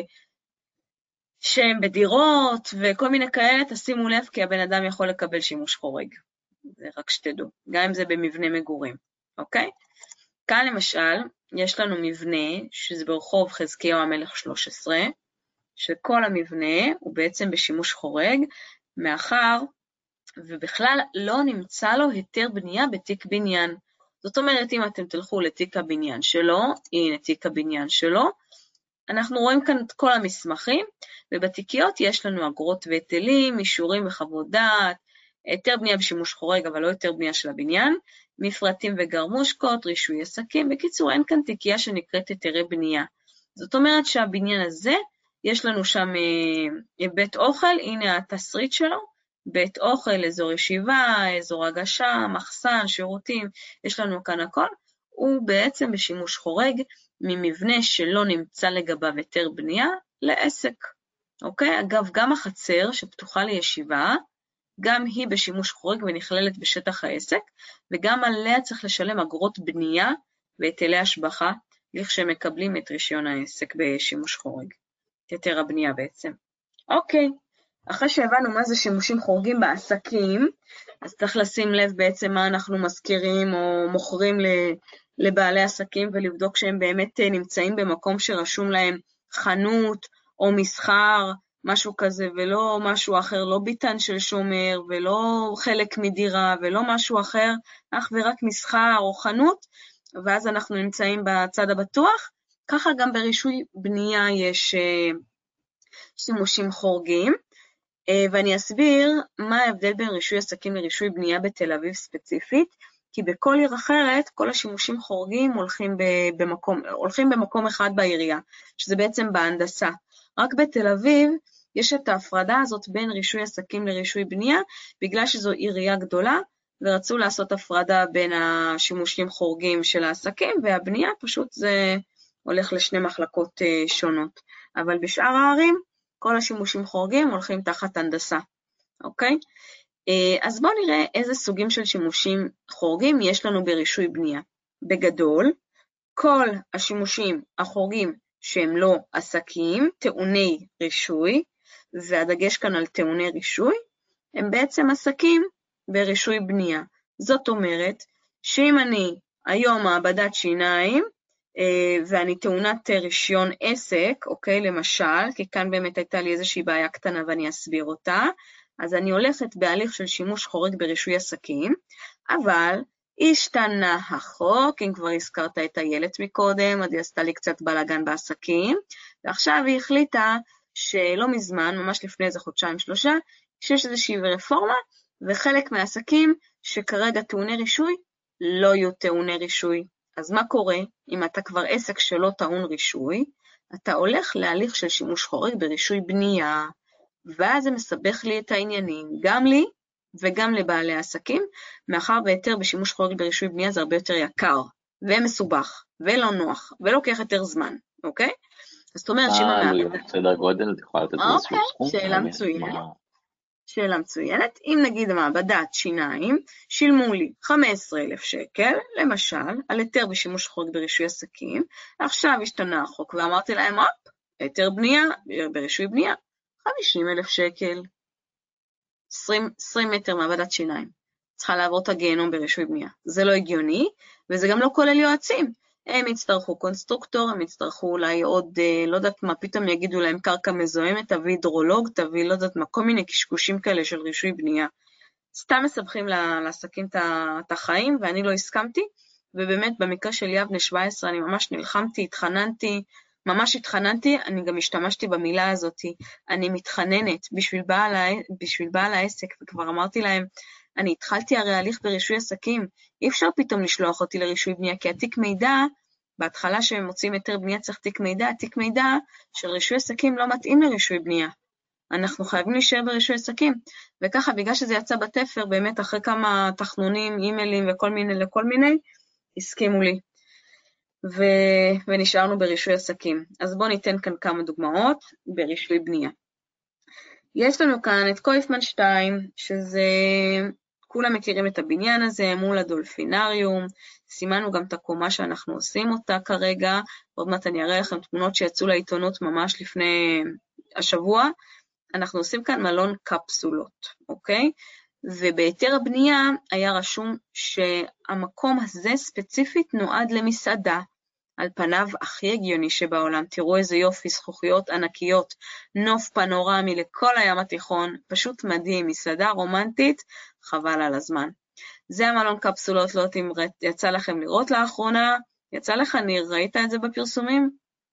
שהם בדירות וכל מיני כאלה, תשימו לב כי הבן אדם יכול לקבל שימוש חורג. זה רק שתדעו, גם אם זה במבנה מגורים, אוקיי? כאן למשל, יש לנו מבנה, שזה ברחוב חזקיהו המלך 13, שכל המבנה הוא בעצם בשימוש חורג, מאחר ובכלל לא נמצא לו היתר בנייה בתיק בניין. זאת אומרת, אם אתם תלכו לתיק הבניין שלו, הנה תיק הבניין שלו, אנחנו רואים כאן את כל המסמכים, ובתיקיות יש לנו אגרות והיטלים, אישורים וחוות דעת, היתר בנייה בשימוש חורג, אבל לא היתר בנייה של הבניין, מפרטים וגרמושקות, רישוי עסקים, בקיצור אין כאן תיקייה שנקראת היתרי בנייה. זאת אומרת שהבניין הזה, יש לנו שם בית אוכל, הנה התסריט שלו, בית אוכל, אזור ישיבה, אזור הגשה, מחסן, שירותים, יש לנו כאן הכל, הוא בעצם בשימוש חורג, ממבנה שלא נמצא לגביו היתר בנייה, לעסק. אוקיי? אגב, גם החצר שפתוחה לישיבה, גם היא בשימוש חורג ונכללת בשטח העסק, וגם עליה צריך לשלם אגרות בנייה והיטלי השבחה, לכשמקבלים את רישיון העסק בשימוש חורג. היתר הבנייה בעצם. אוקיי, אחרי שהבנו מה זה שימושים חורגים בעסקים, אז צריך לשים לב בעצם מה אנחנו מזכירים או מוכרים לבעלי עסקים, ולבדוק שהם באמת נמצאים במקום שרשום להם חנות או מסחר, משהו כזה, ולא משהו אחר, לא ביטן של שומר, ולא חלק מדירה, ולא משהו אחר, אך ורק מסחר או חנות, ואז אנחנו נמצאים בצד הבטוח. ככה גם ברישוי בנייה יש שימושים חורגים, ואני אסביר מה ההבדל בין רישוי עסקים לרישוי בנייה בתל אביב ספציפית, כי בכל עיר אחרת כל השימושים חורגים הולכים במקום אחד בעירייה, שזה בעצם בהנדסה. רק בתל אביב יש את ההפרדה הזאת בין רישוי עסקים לרישוי בנייה, בגלל שזו עירייה גדולה, ורצו לעשות הפרדה בין השימושים חורגים של העסקים, והבנייה פשוט זה הולך לשני מחלקות שונות. אבל בשאר הערים, כל השימושים חורגים הולכים תחת הנדסה, אוקיי? אז בואו נראה איזה סוגים של שימושים חורגים יש לנו ברישוי בנייה. בגדול, כל השימושים החורגים שהם לא עסקים, טעוני רישוי, והדגש כאן על טעוני רישוי, הם בעצם עסקים ברישוי בנייה. זאת אומרת, שאם אני היום מעבדת שיניים, ואני טעונת רישיון עסק, אוקיי, למשל, כי כאן באמת הייתה לי איזושהי בעיה קטנה ואני אסביר אותה, אז אני הולכת בהליך של שימוש חורג ברישוי עסקים, אבל השתנה החוק, אם כבר הזכרת את הילד מקודם, אז היא עשתה לי קצת בלגן בעסקים, ועכשיו היא החליטה שלא מזמן, ממש לפני איזה חודשיים שלושה, שיש איזושהי רפורמה, וחלק מהעסקים שכרגע טעוני רישוי, לא יהיו טעוני רישוי. אז מה קורה אם אתה כבר עסק שלא טעון רישוי? אתה הולך להליך של שימוש חורג ברישוי בנייה, ואז זה מסבך לי את העניינים, גם לי וגם לבעלי העסקים, מאחר והיתר בשימוש חורג ברישוי בנייה זה הרבה יותר יקר, ומסובך, ולא נוח, ולוקח יותר זמן, אוקיי? זאת אומרת שאם העלויות, סדר גודל, את יכולה לתת איזשהו סכום? שאלה מצוינת. שאלה מצוינת, אם נגיד מעבדת שיניים, שילמו לי 15,000 שקל, למשל, על היתר בשימוש חורג ברישוי עסקים, עכשיו השתנה החוק, ואמרתי להם, היתר בנייה, ברישוי בנייה, 50,000 שקל, 20 מטר מעבדת שיניים, צריכה לעבור את הגיהנום ברישוי בנייה. זה לא הגיוני, וזה גם לא כולל יועצים. הם יצטרכו קונסטרוקטור, הם יצטרכו אולי עוד, לא יודעת מה, פתאום יגידו להם קרקע מזוהמת, תביא הידרולוג, תביא, לא יודעת מה, כל מיני קשקושים כאלה של רישוי בנייה. סתם מסבכים לעסקים את החיים, ואני לא הסכמתי, ובאמת במקרה של יבנה 17, אני ממש נלחמתי, התחננתי, אני גם השתמשתי במילה הזאת, אני מתחננת בשביל בעל העסק, וכבר אמרתי להם, אני התחלתי הרי הליך ברישוי עסקים, אי אפשר פתאום לשלוח אותי לרישוי בנייה, כי התיק מידע, בהתחלה שהם מוצאים היתר בנייה צריך תיק מידע, התיק מידע של רישוי עסקים לא מתאים לרישוי בנייה, אנחנו חייבים להישאר ברישוי עסקים, וככה בגלל שזה יצא בתפר, באמת אחרי כמה תחנונים, אימיילים לכל מיני, הסכימו לי. ונשארנו ברישוי עסקים. אז בואו ניתן כאן כמה דוגמאות ברישוי בנייה. יש לנו כאן את קויפמן 2, שזה, כולם מכירים את הבניין הזה, מול הדולפינריום, סימנו גם את הקומה שאנחנו עושים אותה כרגע, עוד מעט אני אראה לכם תמונות שיצאו לעיתונות ממש לפני השבוע, אנחנו עושים כאן מלון קפסולות, אוקיי? ובהיתר הבנייה היה רשום שהמקום הזה ספציפית נועד למסעדה, על פניו הכי הגיוני שבעולם, תראו איזה יופי, זכוכיות ענקיות, נוף פנורמי לכל הים התיכון, פשוט מדהים, מסעדה רומנטית, חבל על הזמן. זה המלון קפסולות, לא יודעת אם יצא לכם לראות לאחרונה, יצא לך ניר, ראית את זה בפרסומים?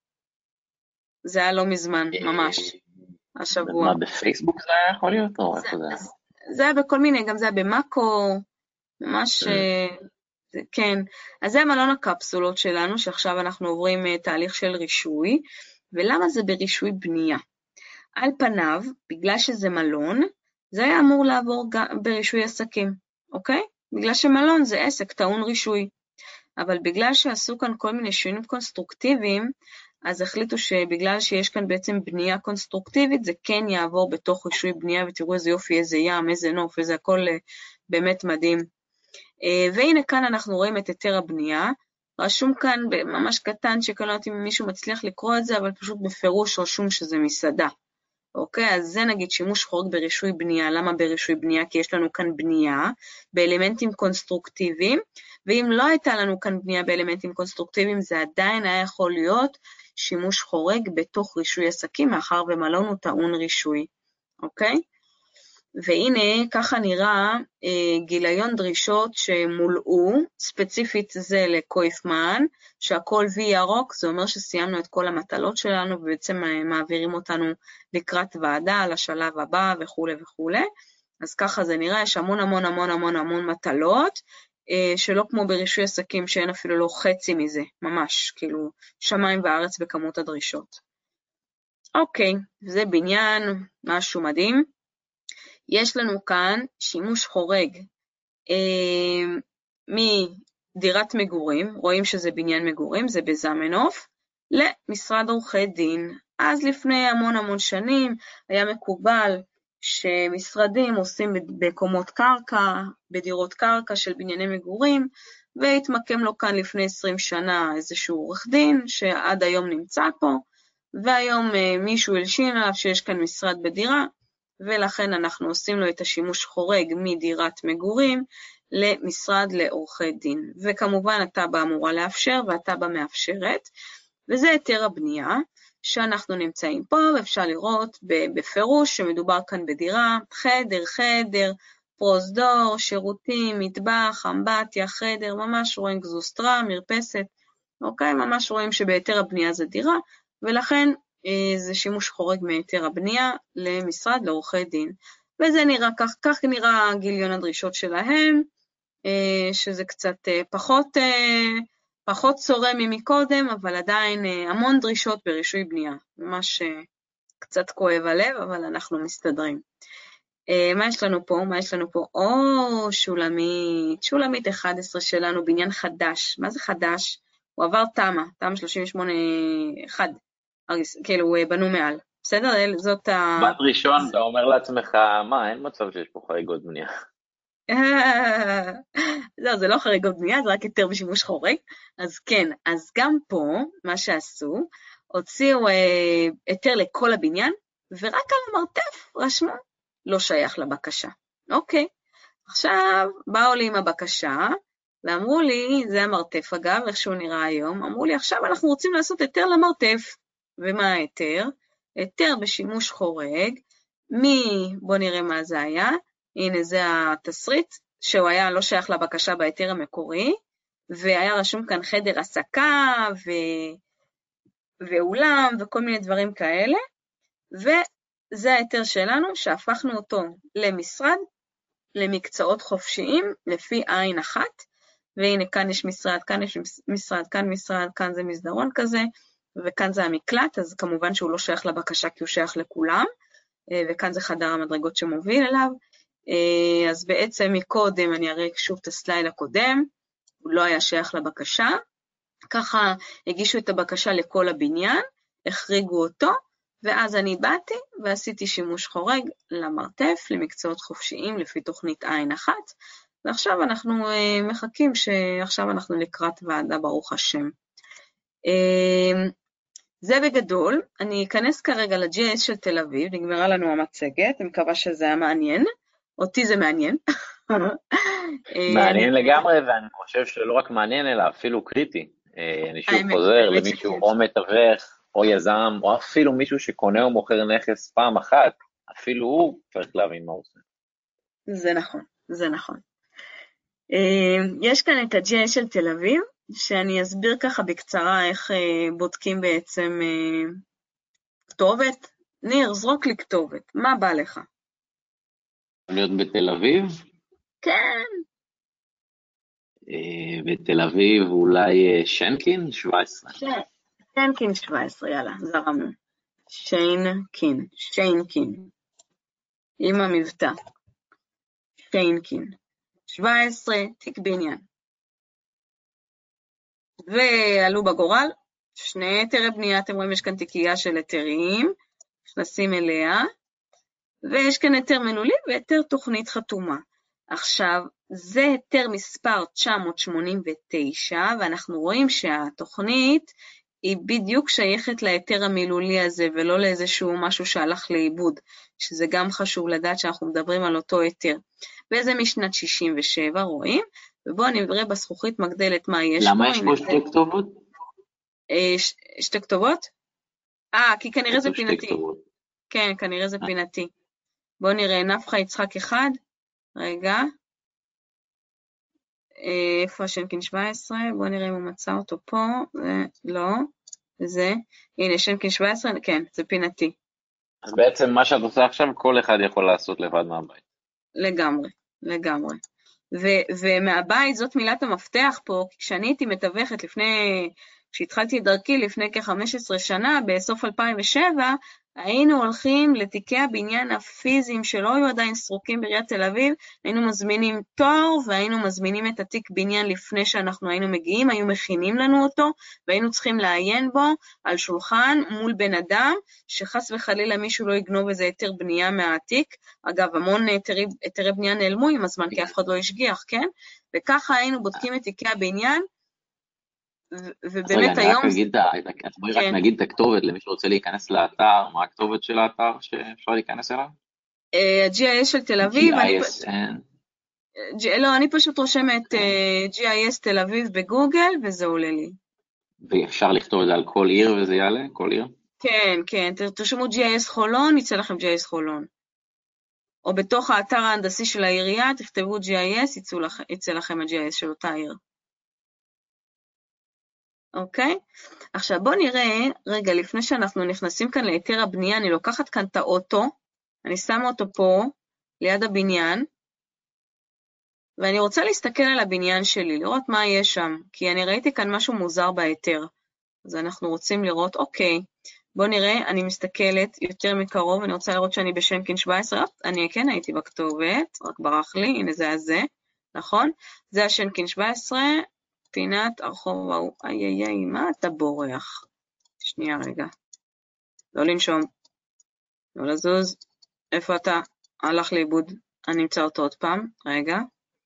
זה היה לא מזמן, ממש, השבוע. מה, בפייסבוק זה היה יכול להיות? או איפה זה היה? זה היה בכל מיני, גם זה היה במאקו, ממש, כן. אז זה מלון הקפסולות שלנו, שעכשיו אנחנו עוברים תהליך של רישוי, ולמה זה ברישוי בנייה? על פניו, בגלל שזה מלון, זה היה אמור לעבור ברישוי עסקים, אוקיי? בגלל שמלון זה עסק, טעון רישוי. אבל בגלל שעשו כאן כל מיני שינויים קונסטרוקטיביים, אז החליטו שבגלל שיש כאן בעצם בנייה קונסטרוקטיבית, זה כן יעבור בתוך רישוי בנייה, ותראו איזה יופי, איזה ים, איזה נוף, איזה הכל באמת מדהים. והנה כאן אנחנו רואים את היתר הבנייה, רשום כאן ממש קטן, שכאן לא יודעת אם מישהו מצליח לקרוא את זה, אבל פשוט בפירוש רשום שזה מסעדה. אוקיי, אז זה נגיד שימוש חורג ברישוי בנייה, למה ברישוי בנייה? כי יש לנו כאן בנייה באלמנטים קונסטרוקטיביים, ואם לא הייתה לנו כאן בנייה באלמנטים קונסטרוקטיביים, זה עדיין היה יכול להיות שימוש חורג בתוך רישוי עסקים, מאחר ומלון הוא טעון רישוי, אוקיי? והנה, ככה נראה גיליון דרישות שמולאו, ספציפית זה לקויפמן, שהכל וי ירוק, זה אומר שסיימנו את כל המטלות שלנו, ובעצם מעבירים אותנו לקראת ועדה, על השלב הבא וכו' וכו'. אז ככה זה נראה, יש המון המון המון המון המון מטלות, שלא כמו ברישוי עסקים שאין אפילו לא חצי מזה, ממש, כאילו שמיים וארץ בכמות הדרישות. אוקיי, זה בניין, משהו מדהים. יש לנו כאן שימוש חורג מדירת מגורים, רואים שזה בניין מגורים, זה בזמנוף, למשרד עורכי דין. אז לפני המון שנים היה מקובל שמשרדים עושים בקומות קרקע, בדירות קרקע של בנייני מגורים, והתמקם לו כאן לפני 20 שנה איזשהו עורך דין, שעד היום נמצא פה, והיום מישהו הלשין עליו שיש כאן משרד בדירה, ולכן אנחנו עושים לו את השימוש חורג מדירת מגורים למשרד לעורכי דין. וכמובן אתה בה אמורה לאפשר ואתה בה מאפשרת, וזה היתר הבנייה שאנחנו נמצאים פה, ואפשר לראות בפירוש שמדובר כאן בדירה, חדר, פרוזדור, שירותים, מטבח, אמבטיה, חדר, ממש רואים גזוסטרה, מרפסת, אוקיי? ממש רואים שבהיתר הבנייה זה דירה, ולכן זה שימוש חורג מהיתר הבנייה למשרד לעורכי דין. וזה נראה כך נראה גיליון הדרישות שלהם, שזה קצת פחות צורם ממקודם, אבל עדיין המון דרישות ברישוי בנייה. ממש קצת כואב הלב, אבל אנחנו מסתדרים. מה יש לנו פה? שולמית 11 שלנו, בניין חדש. מה זה חדש? הוא עבר תמה 38-1, כאילו בנו מעל. בסדר? זאת בת ראשון, אתה אומר לעצמך, מה, אין מצב שיש פה חריגות בנייה. זה לא חריגות בנייה, זה רק היתר בשימוש חורג. אז כן, אז גם פה, מה שעשו, הוציאו היתר לכל הבניין, ורק על המרתף רשמו, לא שייך לבקשה. אוקיי, עכשיו באו לי עם הבקשה, ואמרו לי, זה המרתף אגב, איך שהוא נראה היום, אמרו לי, עכשיו אנחנו רוצים לעשות היתר למרתף. ומה ההיתר? היתר בשימוש חורג, בוא נראה מה זה היה, הנה זה התסריט, שהוא היה לא שייך לבקשה בהיתר המקורי, והיה רשום כאן חדר עסקה, ואולם, וכל מיני דברים כאלה, וזה ההיתר שלנו, שהפכנו אותו למשרד, למקצועות חופשיים, לפי עין אחת, והנה כאן יש משרד, כאן יש משרד, כאן משרד, כאן זה מסדרון כזה, וכאן זה המקלט, אז כמובן שהוא לא שייך לבקשה, כי הוא שייך לכולם, וכאן זה חדר המדרגות שמוביל אליו, אז בעצם מקודם, אני אראה שוב את הסלייד הקודם, הוא לא היה שייך לבקשה, ככה הגישו את הבקשה לכל הבניין, החריגו אותו, ואז אני באתי ועשיתי שימוש חורג למרתף, למקצועות חופשיים לפי תוכנית עין אחת, ועכשיו אנחנו מחכים שעכשיו אנחנו לקראת ועדה ברוך השם. זה בגדול, אני אכנס כרגע ל-GIS של תל אביב, נגמרה לנו המצגת, אני מקווה שזה היה מעניין, אותי זה מעניין. מעניין לגמרי, ואני חושב שלא רק מעניין, אלא אפילו קריטי. אני שוב חוזר למישהו או מתווך, או יזם, או אפילו מישהו שקונה או מוכר נכס פעם אחת, אפילו הוא צריך להבין מה הוא עושה. זה נכון. יש כאן את ה-GIS של תל אביב, שאני אסביר ככה בקצרה איך בודקים בעצם כתובת. ניר, זרוק לי כתובת, מה בא לך? להיות בתל אביב? כן. בתל אביב אולי שנקין 17. שנקין 17, יאללה, זרמנו. שיינקין. עם המבטא. שיינקין. 17, תיק בניין. ועלו בגורל, שני היתרי בנייה, אתם רואים, יש כאן תיקייה של היתרים, נכנסים אליה, ויש כאן היתר מנולי והיתר תוכנית חתומה. עכשיו, זה היתר מספר 989, ואנחנו רואים שהתוכנית היא בדיוק שייכת להיתר המילולי הזה, ולא לאיזשהו משהו שהלך לאיבוד, שזה גם חשוב לדעת שאנחנו מדברים על אותו היתר. וזה משנת 67, רואים? ובואו נראה בזכוכית מגדלת מה יש. למה יש פה שתי כתובות? שתי כתובות? כי כנראה זה פינתי. כן, כנראה זה פינתי. בואו נראה, נפחה יצחק אחד. רגע. איפה השנקין 17? בואו נראה אם הוא מצא אותו פה. לא. זה. הנה, שנקין 17, כן, זה פינתי. אז בעצם מה שאת עושה עכשיו, כל אחד יכול לעשות לבד מהבית. לגמרי. ומהבית זאת מילת המפתח פה, כשאני הייתי מתווכת כשהתחלתי את דרכי לפני כ-15 שנה, בסוף 2007, היינו הולכים לתיקי הבניין הפיזיים שלא היו עדיין סרוקים בעיריית תל אביב, היינו מזמינים תור והיינו מזמינים את התיק בניין לפני שאנחנו היינו מגיעים, היו מכינים לנו אותו והיינו צריכים לעיין בו על שולחן מול בן אדם, שחס וחלילה מישהו לא יגנוב איזה היתר בנייה מהתיק, אגב המון היתרי בנייה נעלמו עם הזמן כי אף אחד לא השגיח, כן? וככה היינו בודקים את תיקי הבניין, ובאמת היום... בואי רק נגיד את הכתובת למי שרוצה להיכנס לאתר, מה הכתובת של האתר שאפשר להיכנס אליו? GIS של תל אביב. GISN. לא, אני פשוט רושמת GIS תל אביב בגוגל וזה עולה לי. ואפשר לכתוב את זה על כל עיר וזה יעלה? כל עיר? כן, כן, תרשמו GIS חולון, יצא לכם GIS חולון. או בתוך האתר ההנדסי של העירייה, תכתבו GIS, יצא לכם ה-GIS של אותה עיר. אוקיי? עכשיו בואו נראה, רגע, לפני שאנחנו נכנסים כאן להיתר הבנייה, אני לוקחת כאן את האוטו, אני שמה אותו פה, ליד הבניין, ואני רוצה להסתכל על הבניין שלי, לראות מה יש שם, כי אני ראיתי כאן משהו מוזר בהיתר, אז אנחנו רוצים לראות, אוקיי, בואו נראה, אני מסתכלת יותר מקרוב, אני רוצה לראות שאני בשנקין 17, אני כן הייתי בכתובת, רק ברח לי, הנה זה הזה, נכון? זה השנקין 17, פינת הרחוב ההוא, איי, מה אתה בורח? שנייה רגע, לא לנשום, לא לזוז, איפה אתה? הלך לאיבוד, אני אמצא אותו עוד פעם, רגע,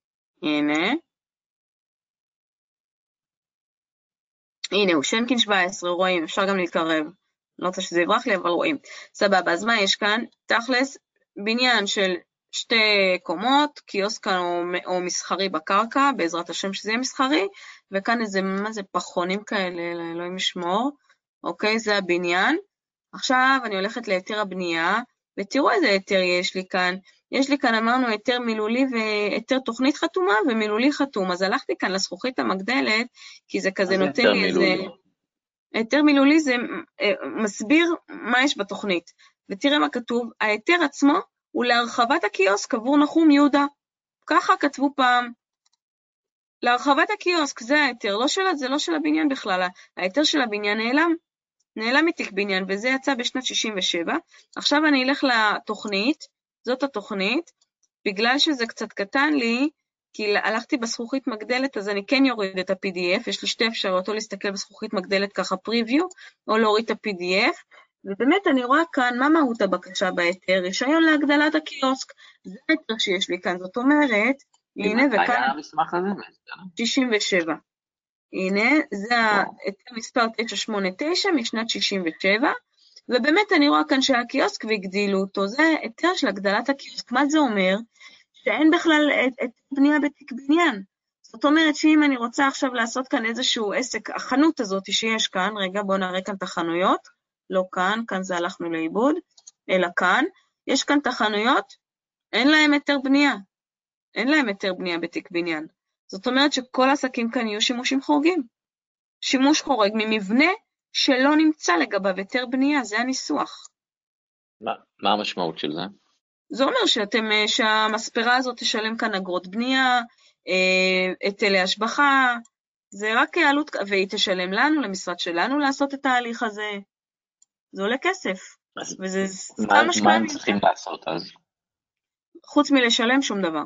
הנה הוא, שנקין 17, רואים, אפשר גם להתקרב, לא רוצה שזה יברח לי, אבל רואים, סבבה, אז מה יש כאן? תכלס, בניין של 2 קומות, קיוסק או מסחרי בקרקע, בעזרת השם שזה יהיה מסחרי, וכאן איזה, מה זה, פחונים כאלה, אלוהים ישמור, אוקיי, זה הבניין. עכשיו אני הולכת להיתר הבנייה, ותראו איזה היתר יש לי כאן. יש לי כאן, אמרנו, היתר מילולי והיתר תוכנית חתומה ומילולי חתום, אז הלכתי כאן לזכוכית המגדלת, כי זה כזה נותן לי איזה... היתר מילולי זה מסביר מה יש בתוכנית, ותראה מה כתוב, ההיתר עצמו הוא להרחבת הקיוסק עבור נחום יהודה, ככה כתבו פעם, להרחבת הקיוסק, זה ההיתר, זה לא של הבניין בכלל, ההיתר של הבניין נעלם מתיק בניין, וזה יצא בשנת 67, עכשיו אני אלך לתוכנית, זאת התוכנית, בגלל שזה קצת קטן לי, כי הלכתי בזכוכית מגדלת, אז אני כן יוריד את ה-PDF, יש לי 2 אפשרויות, או להסתכל בזכוכית מגדלת ככה פריוויו, או להוריד את ה-PDF, ובאמת אני רואה כאן מה מהות הבקשה בהיתר, רישיון להגדלת הקיוסק, זה היתר שיש לי כאן, זאת אומרת, הנה וכאן... היה המסמך הזה? 67. הנה, זה היתר מספר 989 משנת 67, ובאמת אני רואה כאן שהקיוסק והגדילו אותו, זה היתר של הגדלת הקיוסק, מה זה אומר? שאין בכלל את בנייה בתיק בניין. זאת אומרת שאם אני רוצה עכשיו לעשות כאן איזשהו עסק, החנות הזאת שיש כאן, רגע בואו נראה כאן את החנויות, לא כאן, כאן זה הלכנו לאיבוד, אלא כאן, יש כאן את החנויות, אין להם היתר בנייה, אין להם היתר בנייה בתיק בניין. זאת אומרת שכל העסקים כאן יהיו שימושים חורגים. שימוש חורג ממבנה שלא נמצא לגביו היתר בנייה, זה הניסוח. מה המשמעות של זה? זה אומר שהמספרה הזאת תשלם כאן אגרות בנייה, היטלי השבחה, זה רק עלות, והיא תשלם לנו, למשרד שלנו לעשות את ההליך הזה. זה עולה כסף. וזה מה הם צריכים לעשות אז? חוץ מלשלם שום דבר.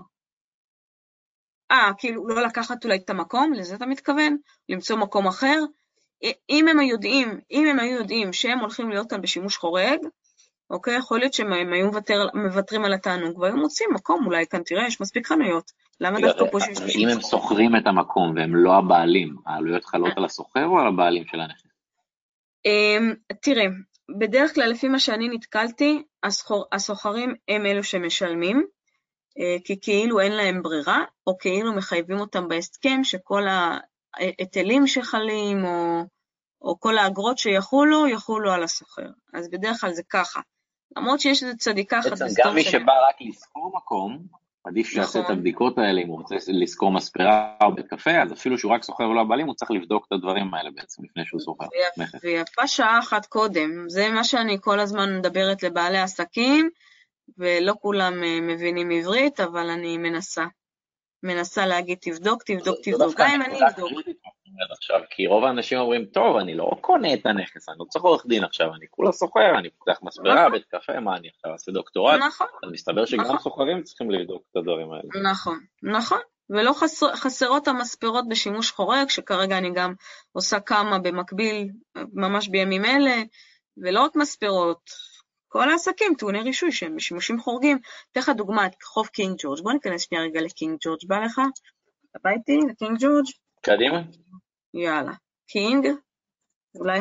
כאילו לא לקחת אולי את המקום, לזה אתה מתכוון? למצוא מקום אחר? אם הם היו יודעים שהם הולכים להיות כאן בשימוש חורג, אוקיי, יכול להיות שהם היו מוותרים על התענוג, והיו מוצאים מקום, אולי כאן תראה, יש מספיק חנויות. למה דווקא פה שיש אם הם סוחרים את המקום והם לא הבעלים, העלויות חלות על הסוחר או על הבעלים של הנכס? תראה, בדרך כלל לפי מה שאני נתקלתי, הסוחרים הם אלו שמשלמים, כי כאילו אין להם ברירה, או כאילו מחייבים אותם בהסכם שכל ההיטלים שחלים, או כל האגרות יחולו על הסוחר. אז בדרך כלל זה ככה. למרות שיש איזו צדיקה אחת בסתור. גם מי שבא רק לזכור מקום, עדיף שיעשה את הבדיקות האלה, אם הוא רוצה לזכור מספרה או בית קפה, אז אפילו שהוא רק סוחר ולא הבעלים, הוא צריך לבדוק את הדברים האלה בעצם, לפני שהוא סוחר. ויפה שעה אחת קודם. זה מה שאני כל הזמן מדברת לבעלי עסקים, ולא כולם מבינים עברית, אבל אני מנסה להגיד תבדוק, גם אם אני אבדוק. אומרת עכשיו, כי רוב האנשים אומרים, טוב, אני לא קונה את הנכס, אני לא צריך עורך דין עכשיו, אני כולה סוחר, אני פותח מספרה, נכון, בית קפה, מה אני עכשיו אעשה דוקטורט? נכון, אז מסתבר שגם נכון, סוחרים צריכים לבדוק את הדברים האלה. נכון, נכון. ולא חסרות המספרות בשימוש חורג, שכרגע אני גם עושה כמה במקביל, ממש בימים אלה, ולא רק מספרות, כל העסקים טעוני רישוי שהם בשימושים חורגים. אתן לך דוגמה, את חוף קינג ג'ורג', בוא ניכנס שנייה רגע לקינג ג'ורג', בא לך? אתה בא איתי לקינג ג'ורג'? קדימה? יאללה. קינג, אולי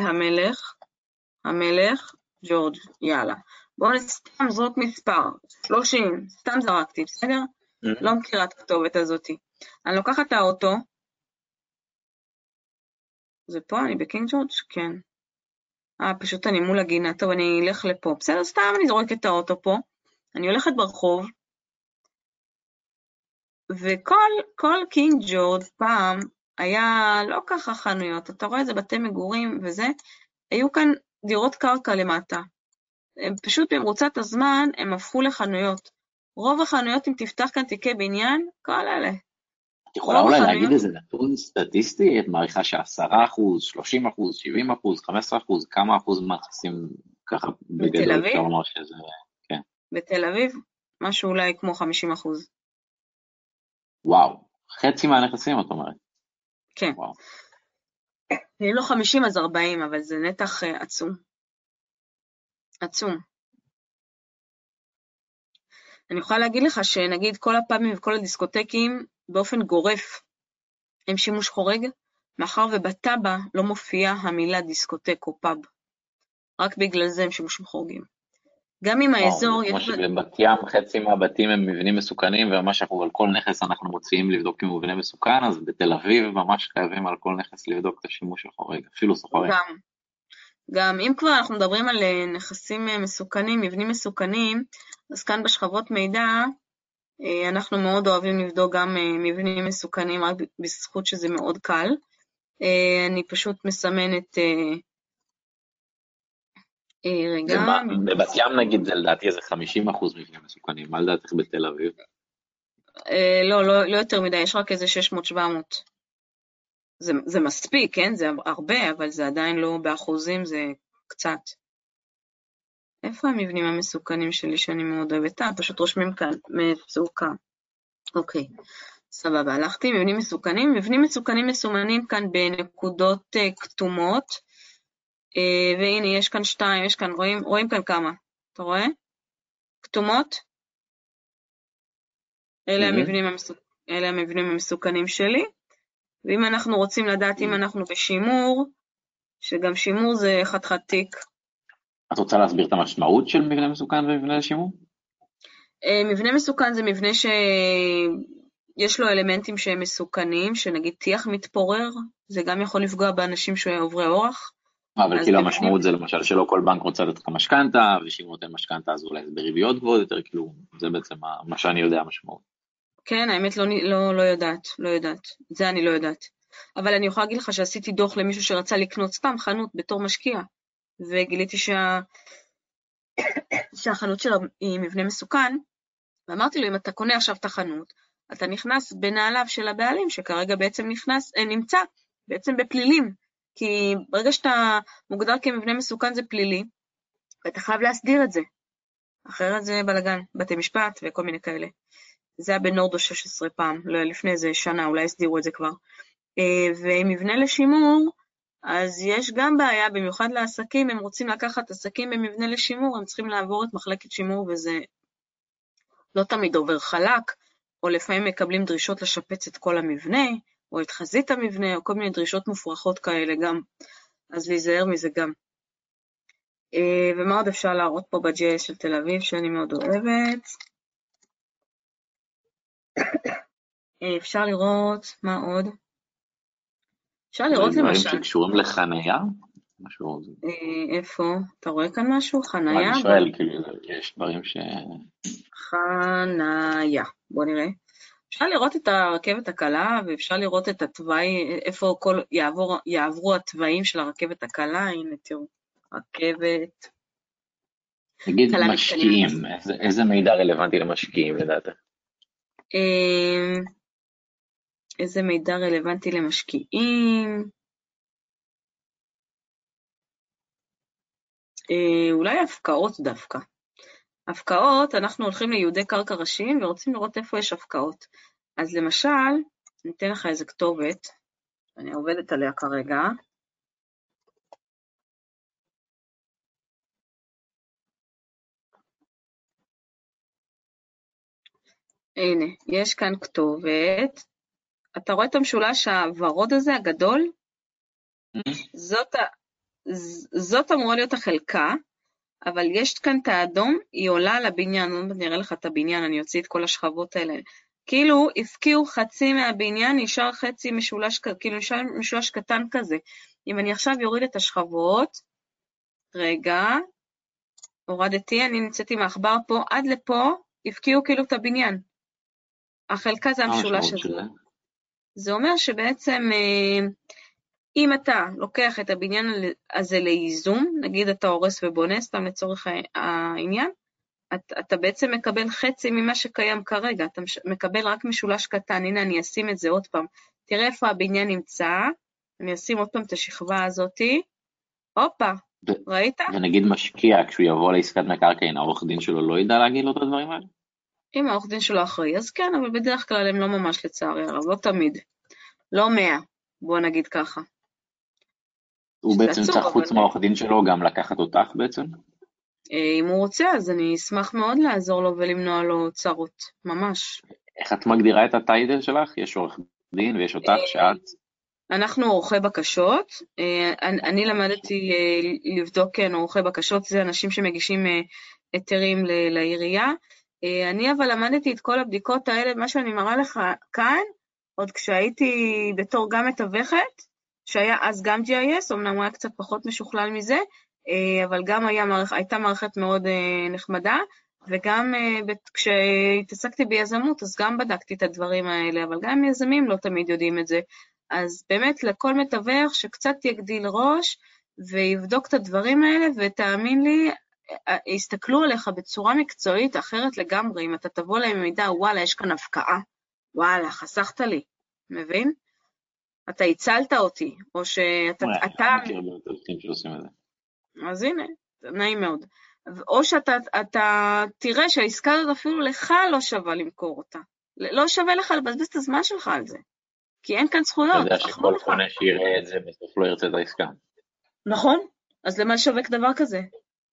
המלך, ג'ורג', יאללה. בואו סתם זרוק מספר, 30, סתם זרקתי, בסדר? לא מכירה את הכתובת הזאת. אני לוקחת את האוטו, זה פה, אני בקינג ג'ורג'? כן. פשוט אני מול הגינה, טוב, אני אלך לפה. בסדר, סתם אני זורקת את האוטו פה, אני הולכת ברחוב, וכל קינג ג'ורג' פעם היה לא ככה חנויות, אתה רואה, זה בתי מגורים וזה, היו כאן דירות קרקע למטה. הם פשוט במרוצת הזמן, הם הפכו לחנויות. רוב החנויות, אם תפתח כאן תיקי בניין, כל אלה. את יכולה אולי להגיד איזה נתון סטטיסטי, את מעריכה ש10%, 30%, 70%, 15%, כמה אחוז מהנכסים ככה בגדול אפשר לומר שזה, כן. בתל אביב, משהו אולי כמו 50%. וואו, חצי מהנכסים את אומרת. כן. וואו. אם לא 50 אז 40, אבל זה נתח עצום. עצום. אני יכולה להגיד לך שנגיד כל הפאבים וכל הדיסקוטקים באופן גורף הם שימוש חורג, מאחר ובטאבה לא מופיעה המילה דיסקוטק או פאב. רק בגלל זה הם שימושים חורגים. גם אם האזור... כמו שבבת ים חצי מהבתים הם מבנים מסוכנים, וממש על כל נכס אנחנו מוציאים לבדוק אם הוא מבנה מסוכן, אז בתל אביב ממש חייבים על כל נכס לבדוק את השימוש החורג, אפילו סוחרים. גם אם כבר אנחנו מדברים על נכסים מסוכנים, מבנים מסוכנים, אז כאן בשכבות מידע, אנחנו מאוד אוהבים לבדוק גם מבנים מסוכנים, רק בזכות שזה מאוד קל. אני פשוט מסמנת... רגע... בבת ים נגיד, זה לדעתי איזה 50% מבנים מסוכנים, מה לדעתך בתל אביב? לא יותר מדי, יש רק איזה 600-700. זה מספיק, כן? זה הרבה, אבל זה עדיין לא באחוזים, זה קצת. איפה המבנים המסוכנים שלי שאני מאוד אוהבת? פשוט רושמים כאן, מצוקה. אוקיי, סבבה, הלכתי, מבנים מסוכנים. מבנים מסוכנים מסומנים כאן בנקודות כתומות, והנה יש כאן 2, יש כאן, רואים כאן כמה, אתה רואה? כתומות? אלה המבנים המסוכנים שלי, ואם אנחנו רוצים לדעת אם אנחנו בשימור, שגם שימור זה חתיכת תיק. את רוצה להסביר את המשמעות של מבנה מסוכן ומבנה לשימור? מבנה מסוכן זה מבנה שיש לו אלמנטים שהם מסוכנים, שנגיד טיח מתפורר, זה גם יכול לפגוע באנשים שעוברי אורח. אבל כאילו המשמעות זה למשל שלא כל בנק רוצה לתת לך משכנתה, ושאם הוא נותן משכנתה אז אולי זה בריביות גבוהות יותר, כאילו זה בעצם מה שאני יודע המשמעות. כן, האמת לא יודעת, זה אני לא יודעת. אבל אני יכולה להגיד לך שעשיתי דוח למישהו שרצה לקנות סתם חנות בתור משקיע, וגיליתי שהחנות שלו היא מבנה מסוכן, ואמרתי לו, אם אתה קונה עכשיו את החנות, אתה נכנס בנעליו של הבעלים, שכרגע בעצם נמצא בעצם בפלילים, כי ברגע שאתה מוגדר כמבנה מסוכן זה פלילי, ואתה חייב להסדיר את זה, אחרת זה בלגן, בתי משפט וכל מיני כאלה. זה היה בנורדו 16 פעם, לפני איזה שנה, אולי הסדירו את זה כבר. ומבנה לשימור, אז יש גם בעיה, במיוחד לעסקים, הם רוצים לקחת עסקים במבנה לשימור, הם צריכים לעבור את מחלקת שימור, וזה לא תמיד עובר חלק, או לפעמים מקבלים דרישות לשפץ את כל המבנה, או את חזית המבנה, או כל מיני דרישות מופרכות כאלה גם, אז להיזהר מזה גם. ומה עוד אפשר להראות פה ב-GIS של תל אביב, שאני מאוד אוהבת? אפשר לראות, מה עוד? אפשר לראות למשל. דברים שקשורים לחנייה? איפה? אתה רואה כאן משהו? חנייה? אני שואל, כאילו, יש דברים ש... חנייה, בוא נראה. אפשר לראות את הרכבת הקלה, ואפשר לראות את התוואי, איפה יעברו התוואים של הרכבת הקלה, הנה תראו, רכבת. תגיד משקיעים, איזה מידע רלוונטי למשקיעים לדעתך? איזה מידע רלוונטי למשקיעים. אולי הפקעות דווקא. הפקעות, אנחנו הולכים ליהודי קרקע ראשיים ורוצים לראות איפה יש הפקעות. אז למשל, אני אתן לך איזה כתובת, אני עובדת עליה כרגע. הנה, יש כאן כתובת. אתה רואה את המשולש הוורוד הזה, הגדול? זאת אמורה להיות החלקה, אבל יש כאן את האדום, היא עולה לבניין, אני אראה לך את הבניין, אני אוציא את כל השכבות האלה. כאילו הפקיעו חצי מהבניין, נשאר חצי משולש, כאילו נשאר משולש קטן כזה. אם אני עכשיו יוריד את השכבות, רגע, הורדתי, אני נמצאתי מהעכבר פה, עד לפה, הפקיעו כאילו את הבניין. החלקה זה המשולש הזה. זה אומר שבעצם, אם אתה לוקח את הבניין הזה לאיזום, נגיד אתה הורס ובונה, סתם לצורך העניין, אתה בעצם מקבל חצי ממה שקיים כרגע, אתה מקבל רק משולש קטן, הנה אני אשים את זה עוד פעם, תראה איפה הבניין נמצא, אני אשים עוד פעם את השכבה הזאת, הופה, ראית? ונגיד משקיע, כשהוא יבוא לעסקת מקרקעין, העורך דין שלו לא ידע להגיד לו את הדברים האלה? אם העורך דין שלו אחראי, אז כן, אבל בדרך כלל הם לא ממש לצערי הרב, לא תמיד, לא 100, בוא נגיד ככה. הוא בעצם צריך חוץ מהעורך דין שלו גם לקחת אותך בעצם? אם הוא רוצה, אז אני אשמח מאוד לעזור לו ולמנוע לו צרות, ממש. איך את מגדירה את הטייטל שלך? יש עורך דין ויש אותך שאת? אנחנו עורכי בקשות, אני למדתי לבדוק עורכי בקשות, זה אנשים שמגישים היתרים לעירייה, אני אבל למדתי את כל הבדיקות האלה, מה שאני מראה לך כאן, עוד כשהייתי בתור גם מתווכת, שהיה אז גם GIS, אמנם הוא היה קצת פחות משוכלל מזה, אבל גם הייתה מערכת מאוד נחמדה, וגם כשהתעסקתי ביזמות, אז גם בדקתי את הדברים האלה, אבל גם יזמים לא תמיד יודעים את זה. אז באמת לכל מתווך שקצת יגדיל ראש, ויבדוק את הדברים האלה, ותאמין לי, יסתכלו עליך בצורה מקצועית אחרת לגמרי, אם אתה תבוא להם מידע, וואלה, יש כאן הפקעה, וואלה, חסכת לי, מבין? אתה הצלת אותי, או שאתה... אני מכיר בתלכים שעושים את זה. אז הנה, נעים מאוד. או שאתה תראה שהעסקה הזאת אפילו לך לא שווה למכור אותה. לא שווה לך לבזבז את הזמן שלך על זה. כי אין כאן זכויות. אתה יודע שכל קונה שיראה את זה, בסוף לא ירצה את העסקה. נכון. אז למה לשווק דבר כזה?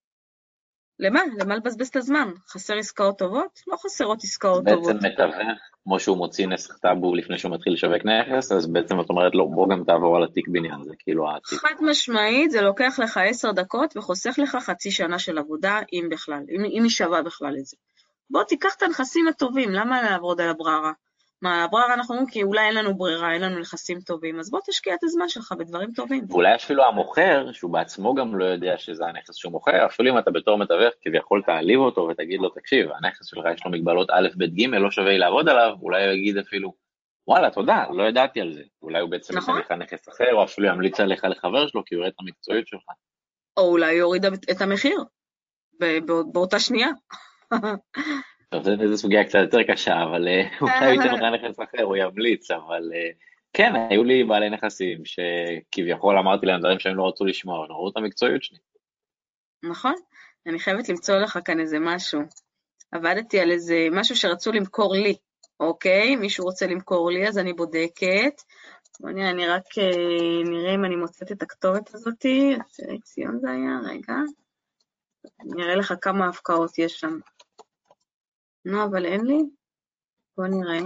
למה? למה לבזבז את הזמן? חסר עסקאות טובות? לא חסרות עסקאות טובות. בעצם מתווך, כמו שהוא מוציא נסח טאבו לפני שהוא מתחיל לשווק נכס, אז בעצם את אומרת לו, בוא גם תעבור על התיק בניין, זה כאילו העתיק. חד משמעית, זה לוקח לך 10 דקות וחוסך לך חצי שנה של עבודה, אם בכלל, אם היא שווה בכלל את זה. בוא תיקח את הנכסים הטובים, למה לעבוד על הבררה? מה, הבררה אנחנו אומרים כי אולי אין לנו ברירה, אין לנו נכסים טובים, אז בוא תשקיע את הזמן שלך בדברים טובים. ואולי אפילו המוכר, שהוא בעצמו גם לא יודע שזה הנכס שהוא מוכר, אפילו אם אתה בתור מתווך כביכול תעליב אותו ותגיד לו, תקשיב, הנכס שלך יש לו מגבלות א', ב', ג', לא שווה לי לעבוד עליו, אולי הוא יגיד אפילו, וואלה, תודה, לא ידעתי על זה. אולי הוא בעצם ייתן לך נכס אחר, או אפילו ימליץ עליך לחבר שלו, כי הוא יראה את המקצועיות שלך. או אולי יוריד את המחיר, באותה שנייה. טוב, זו סוגיה קצת יותר קשה, אבל אולי הוא ייתן לך נכס אחר, הוא ימליץ, אבל כן, היו לי בעלי נכסים, שכביכול אמרתי להם דברים שהם לא רצו לשמוע, ראו את המקצועיות שלי. נכון, אני חייבת למצוא לך כאן איזה משהו. עבדתי על איזה משהו שרצו למכור לי, אוקיי? מישהו רוצה למכור לי, אז אני בודקת. בוא נראה, אני רק נראה אם אני מוצאת את הכתובת הזאת. ציון זה היה, רגע. נראה לך כמה הפקעות יש שם. נו, אבל אין לי. בוא נראה.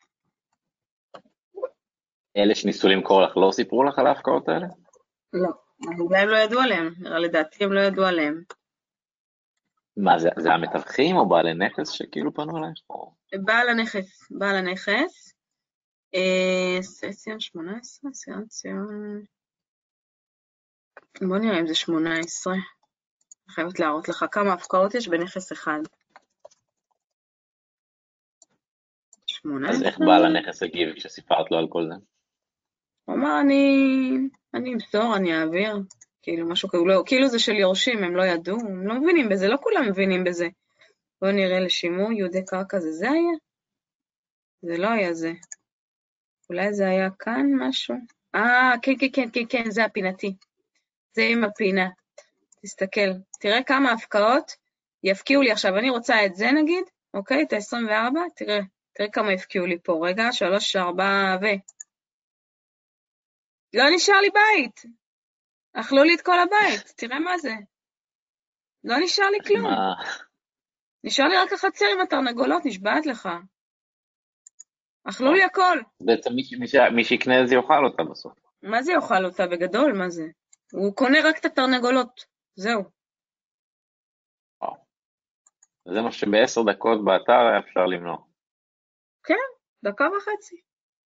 אלה שניסו למכור לך, לא סיפרו לך על ההפקעות האלה? לא, אולי הם לא ידעו עליהם. לדעתי הם לא ידעו עליהם. מה, זה המתווכים או בעלי נכס שכאילו פנו עליהם? בעל הנכס. ציון 18, ציון... בוא נראה אם זה 18. אני חייבת להראות לך כמה הפקעות יש בנכס אחד. 18. אז איך בעל הנכס הגיב כשסיפרת לו על כל זה? הוא אמר, אני אמסור, אני אעביר. כאילו משהו כאילו זה של יורשים, הם לא ידעו, הם לא מבינים בזה, לא כולם מבינים בזה. בואו נראה לשימור, יהודי קרקע זה היה? זה לא היה זה. אולי זה היה כאן משהו? כן, כן, כן, כן, כן, זה הפינתי. זה עם הפינה. תסתכל, תראה כמה הפקעות יפקיעו לי עכשיו. אני רוצה את זה נגיד, אוקיי? את ה-24, תראה כמה יפקיעו לי פה. רגע, 3, 4 לא נשאר לי בית. אכלו לי את כל הבית, תראה מה זה. לא נשאר לי כלום. נשאר לי רק החצר עם התרנגולות, נשבעת לך. אכלו לי הכל. בעצם מי שיקנה את זה יאכל אותה בסוף. מה זה יאכל אותה בגדול? מה זה? הוא קונה רק את התרנגולות. זהו. זה מה שב10 דקות באתר היה אפשר למנוע. כן, 1.5 דקות.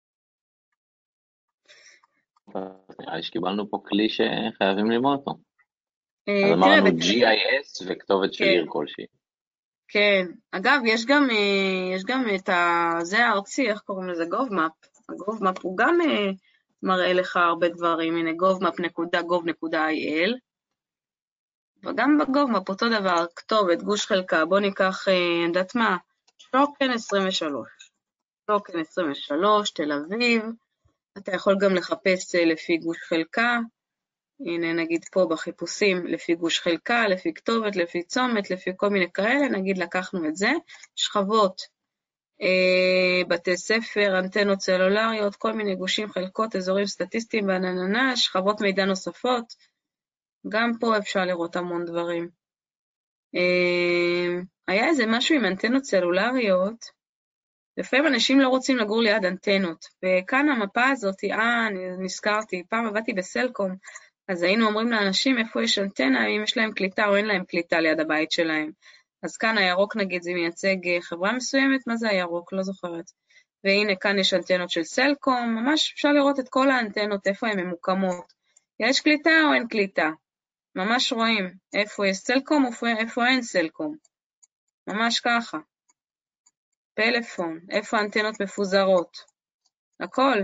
נראה לי שקיבלנו פה כלי שחייבים ללמוד אותו. אז תראה, אמרנו GIS וכתובת של עיר כלשהי. כן, אגב, יש גם את זה הארצי, איך קוראים לזה? GovMap. ה-GovMap הוא גם מראה לך הרבה דברים, הנה govmap.gov.il, וגם ב-GovMap אותו דבר, כתובת, גוש חלקה, בוא ניקח, יודעת מה, שוקן 23, שוקן 23, תל אביב, אתה יכול גם לחפש לפי גוש חלקה, הנה נגיד פה בחיפושים לפי גוש חלקה, לפי כתובת, לפי צומת, לפי כל מיני כאלה, נגיד לקחנו את זה, שכבות, בתי ספר, אנטנות סלולריות, כל מיני גושים, חלקות, אזורים סטטיסטיים, בנננה, שכבות מידע נוספות, גם פה אפשר לראות המון דברים. היה איזה משהו עם אנטנות סלולריות, לפעמים אנשים לא רוצים לגור ליד אנטנות, וכאן המפה הזאת, נזכרתי, פעם עבדתי בסלקום, אז היינו אומרים לאנשים איפה יש אנטנה, אם יש להם קליטה או אין להם קליטה ליד הבית שלהם. אז כאן הירוק נגיד זה מייצג חברה מסוימת, מה זה הירוק? לא זוכרת. והנה כאן יש אנטנות של סלקום, ממש אפשר לראות את כל האנטנות, איפה הן ממוקמות. יש קליטה או אין קליטה? ממש רואים איפה יש סלקום ואיפה אין סלקום. ממש ככה. פלאפון, איפה האנטנות מפוזרות. הכל.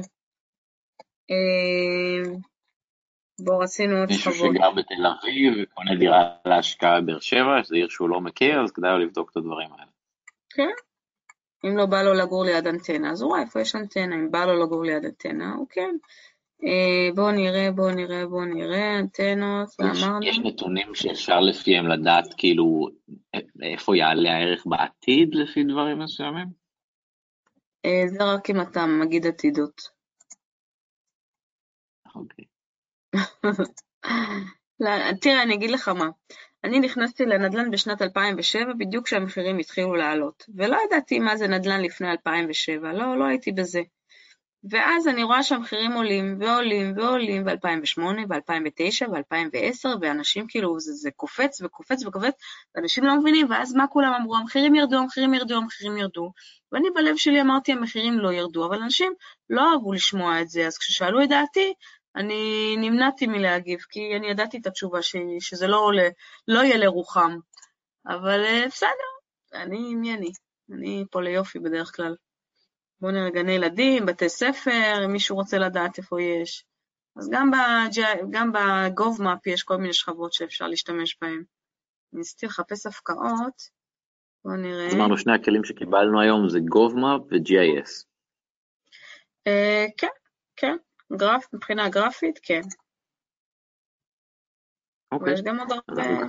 בו רצינו עוד שכבות. מישהו שגר בתל אביב וקונה דירה להשקעה באר שבע, שזה עיר שהוא לא מכיר, אז כדאי לבדוק את הדברים האלה. כן. אם לא בא לו לגור ליד אנטנה, אז הוא רואה איפה יש אנטנה, אם בא לו לגור ליד אנטנה, הוא כן. בואו נראה, אנטנות, אמרנו. יש נתונים שאפשר לפיהם לדעת כאילו איפה יעלה הערך בעתיד לפי דברים מסוימים? זה רק אם אתה מגיד עתידות. אוקיי. תראה, אני אגיד לך מה. אני נכנסתי לנדל"ן בשנת 2007, בדיוק כשהמחירים התחילו לעלות, ולא ידעתי מה זה נדל"ן לפני 2007, לא הייתי בזה. ואז אני רואה שהמחירים עולים ועולים ועולים ב-2008, ב-2009, ב-2010, ואנשים כאילו זה קופץ וקופץ וקופץ, ואנשים לא מבינים, ואז מה כולם אמרו? המחירים ירדו, ואני בלב שלי אמרתי, המחירים לא ירדו, אבל אנשים לא אהבו לשמוע את זה, אז כששאלו את דעתי, אני נמנעתי מלהגיב, כי אני ידעתי את התשובה שזה לא יהיה לרוחם, אבל בסדר, אני פה ליופי בדרך כלל. בואו נראה גני ילדים, בתי ספר, אם מישהו רוצה לדעת איפה יש. אז גם ב-GovMap יש כל מיני שכבות שאפשר להשתמש בהן. ניסיתי לחפש הפקעות, בואו נראה. אז אמרנו שני הכלים שקיבלנו היום זה GovMap ו-GIS. כן, מבחינה גרפית, כן. אוקיי. ויש גם עוד הרבה.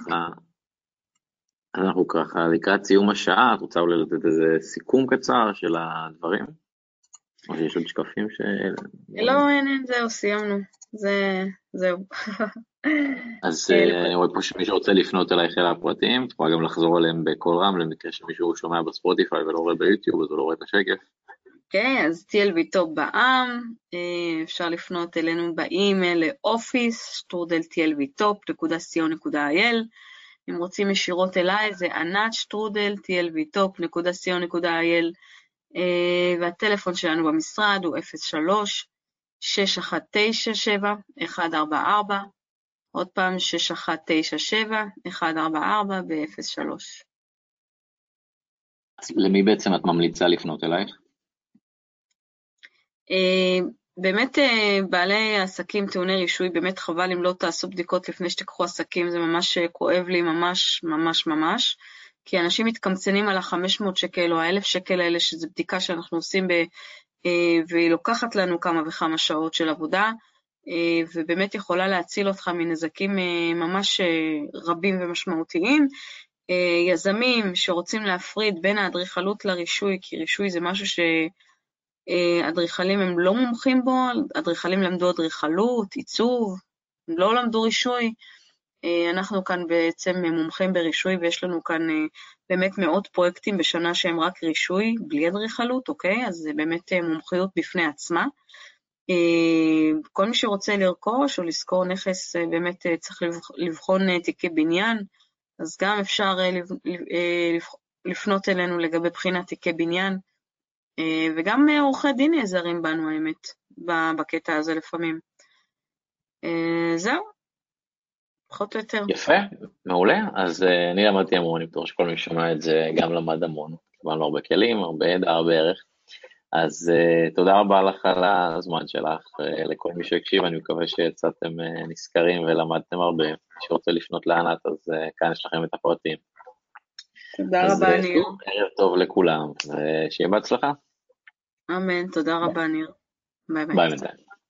אנחנו ככה לקראת סיום השעה, את רוצה אולי לתת איזה סיכום קצר של הדברים? או שיש עוד שקפים לא, אין, זהו, סיימנו. זהו. אז אני רואה פה שמישהו רוצה לפנות אלייך אל הפרטים, את יכולה גם לחזור עליהם בכל רם, למקרה שמישהו שומע בספוטיפיי ולא רואה ביוטיוב, אז הוא לא רואה את השקף. אוקיי, אז TLV טופ בעם, אפשר לפנות אלינו באימייל office@tlvtop.co.il, אם רוצים ישירות אליי זה anat@tlvtop.co.il, והטלפון שלנו במשרד הוא 03-6197-144, עוד פעם 6197-144 ב-03. למי בעצם את ממליצה לפנות אלייך? באמת בעלי עסקים טעוני רישוי, באמת חבל אם לא תעשו בדיקות לפני שתקחו עסקים, זה ממש כואב לי, ממש, כי אנשים מתקמצנים על ה-500 שקל או ה-1,000 שקל האלה, שזו בדיקה שאנחנו עושים והיא לוקחת לנו כמה וכמה שעות של עבודה, ובאמת יכולה להציל אותך מנזקים ממש רבים ומשמעותיים. יזמים שרוצים להפריד בין האדריכלות לרישוי, כי רישוי זה משהו שאדריכלים הם לא מומחים בו, אדריכלים למדו אדריכלות, עיצוב, הם לא למדו רישוי. אנחנו כאן בעצם מומחים ברישוי, ויש לנו כאן באמת מאות פרויקטים בשנה שהם רק רישוי, בלי אדריכלות, אוקיי? אז זה באמת מומחיות בפני עצמה. כל מי שרוצה לרכוש או לשכור נכס, באמת צריך לבחון תיקי בניין, אז גם אפשר לפנות אלינו לגבי בחינת תיקי בניין, וגם עורכי דין נעזרים בנו, האמת, בקטע הזה לפעמים. זהו, פחות או יותר. יפה, מעולה. אז אני למדתי המון, אני בטוח שכל מי ששומע את זה גם למד המון. קיבלנו הרבה כלים, הרבה ידע, הרבה ערך. אז תודה רבה לך על הזמן שלך, לכל מי שהקשיב, אני מקווה שיצאתם נזכרים ולמדתם הרבה. מי שרוצה לפנות לענת, אז כאן יש לכם את הפרטים. תודה רבה, ניר. אז ערב טוב לכולם, ושיהיה בהצלחה. אמן, תודה רבה, ניר. ביי ביי. ביי ביי.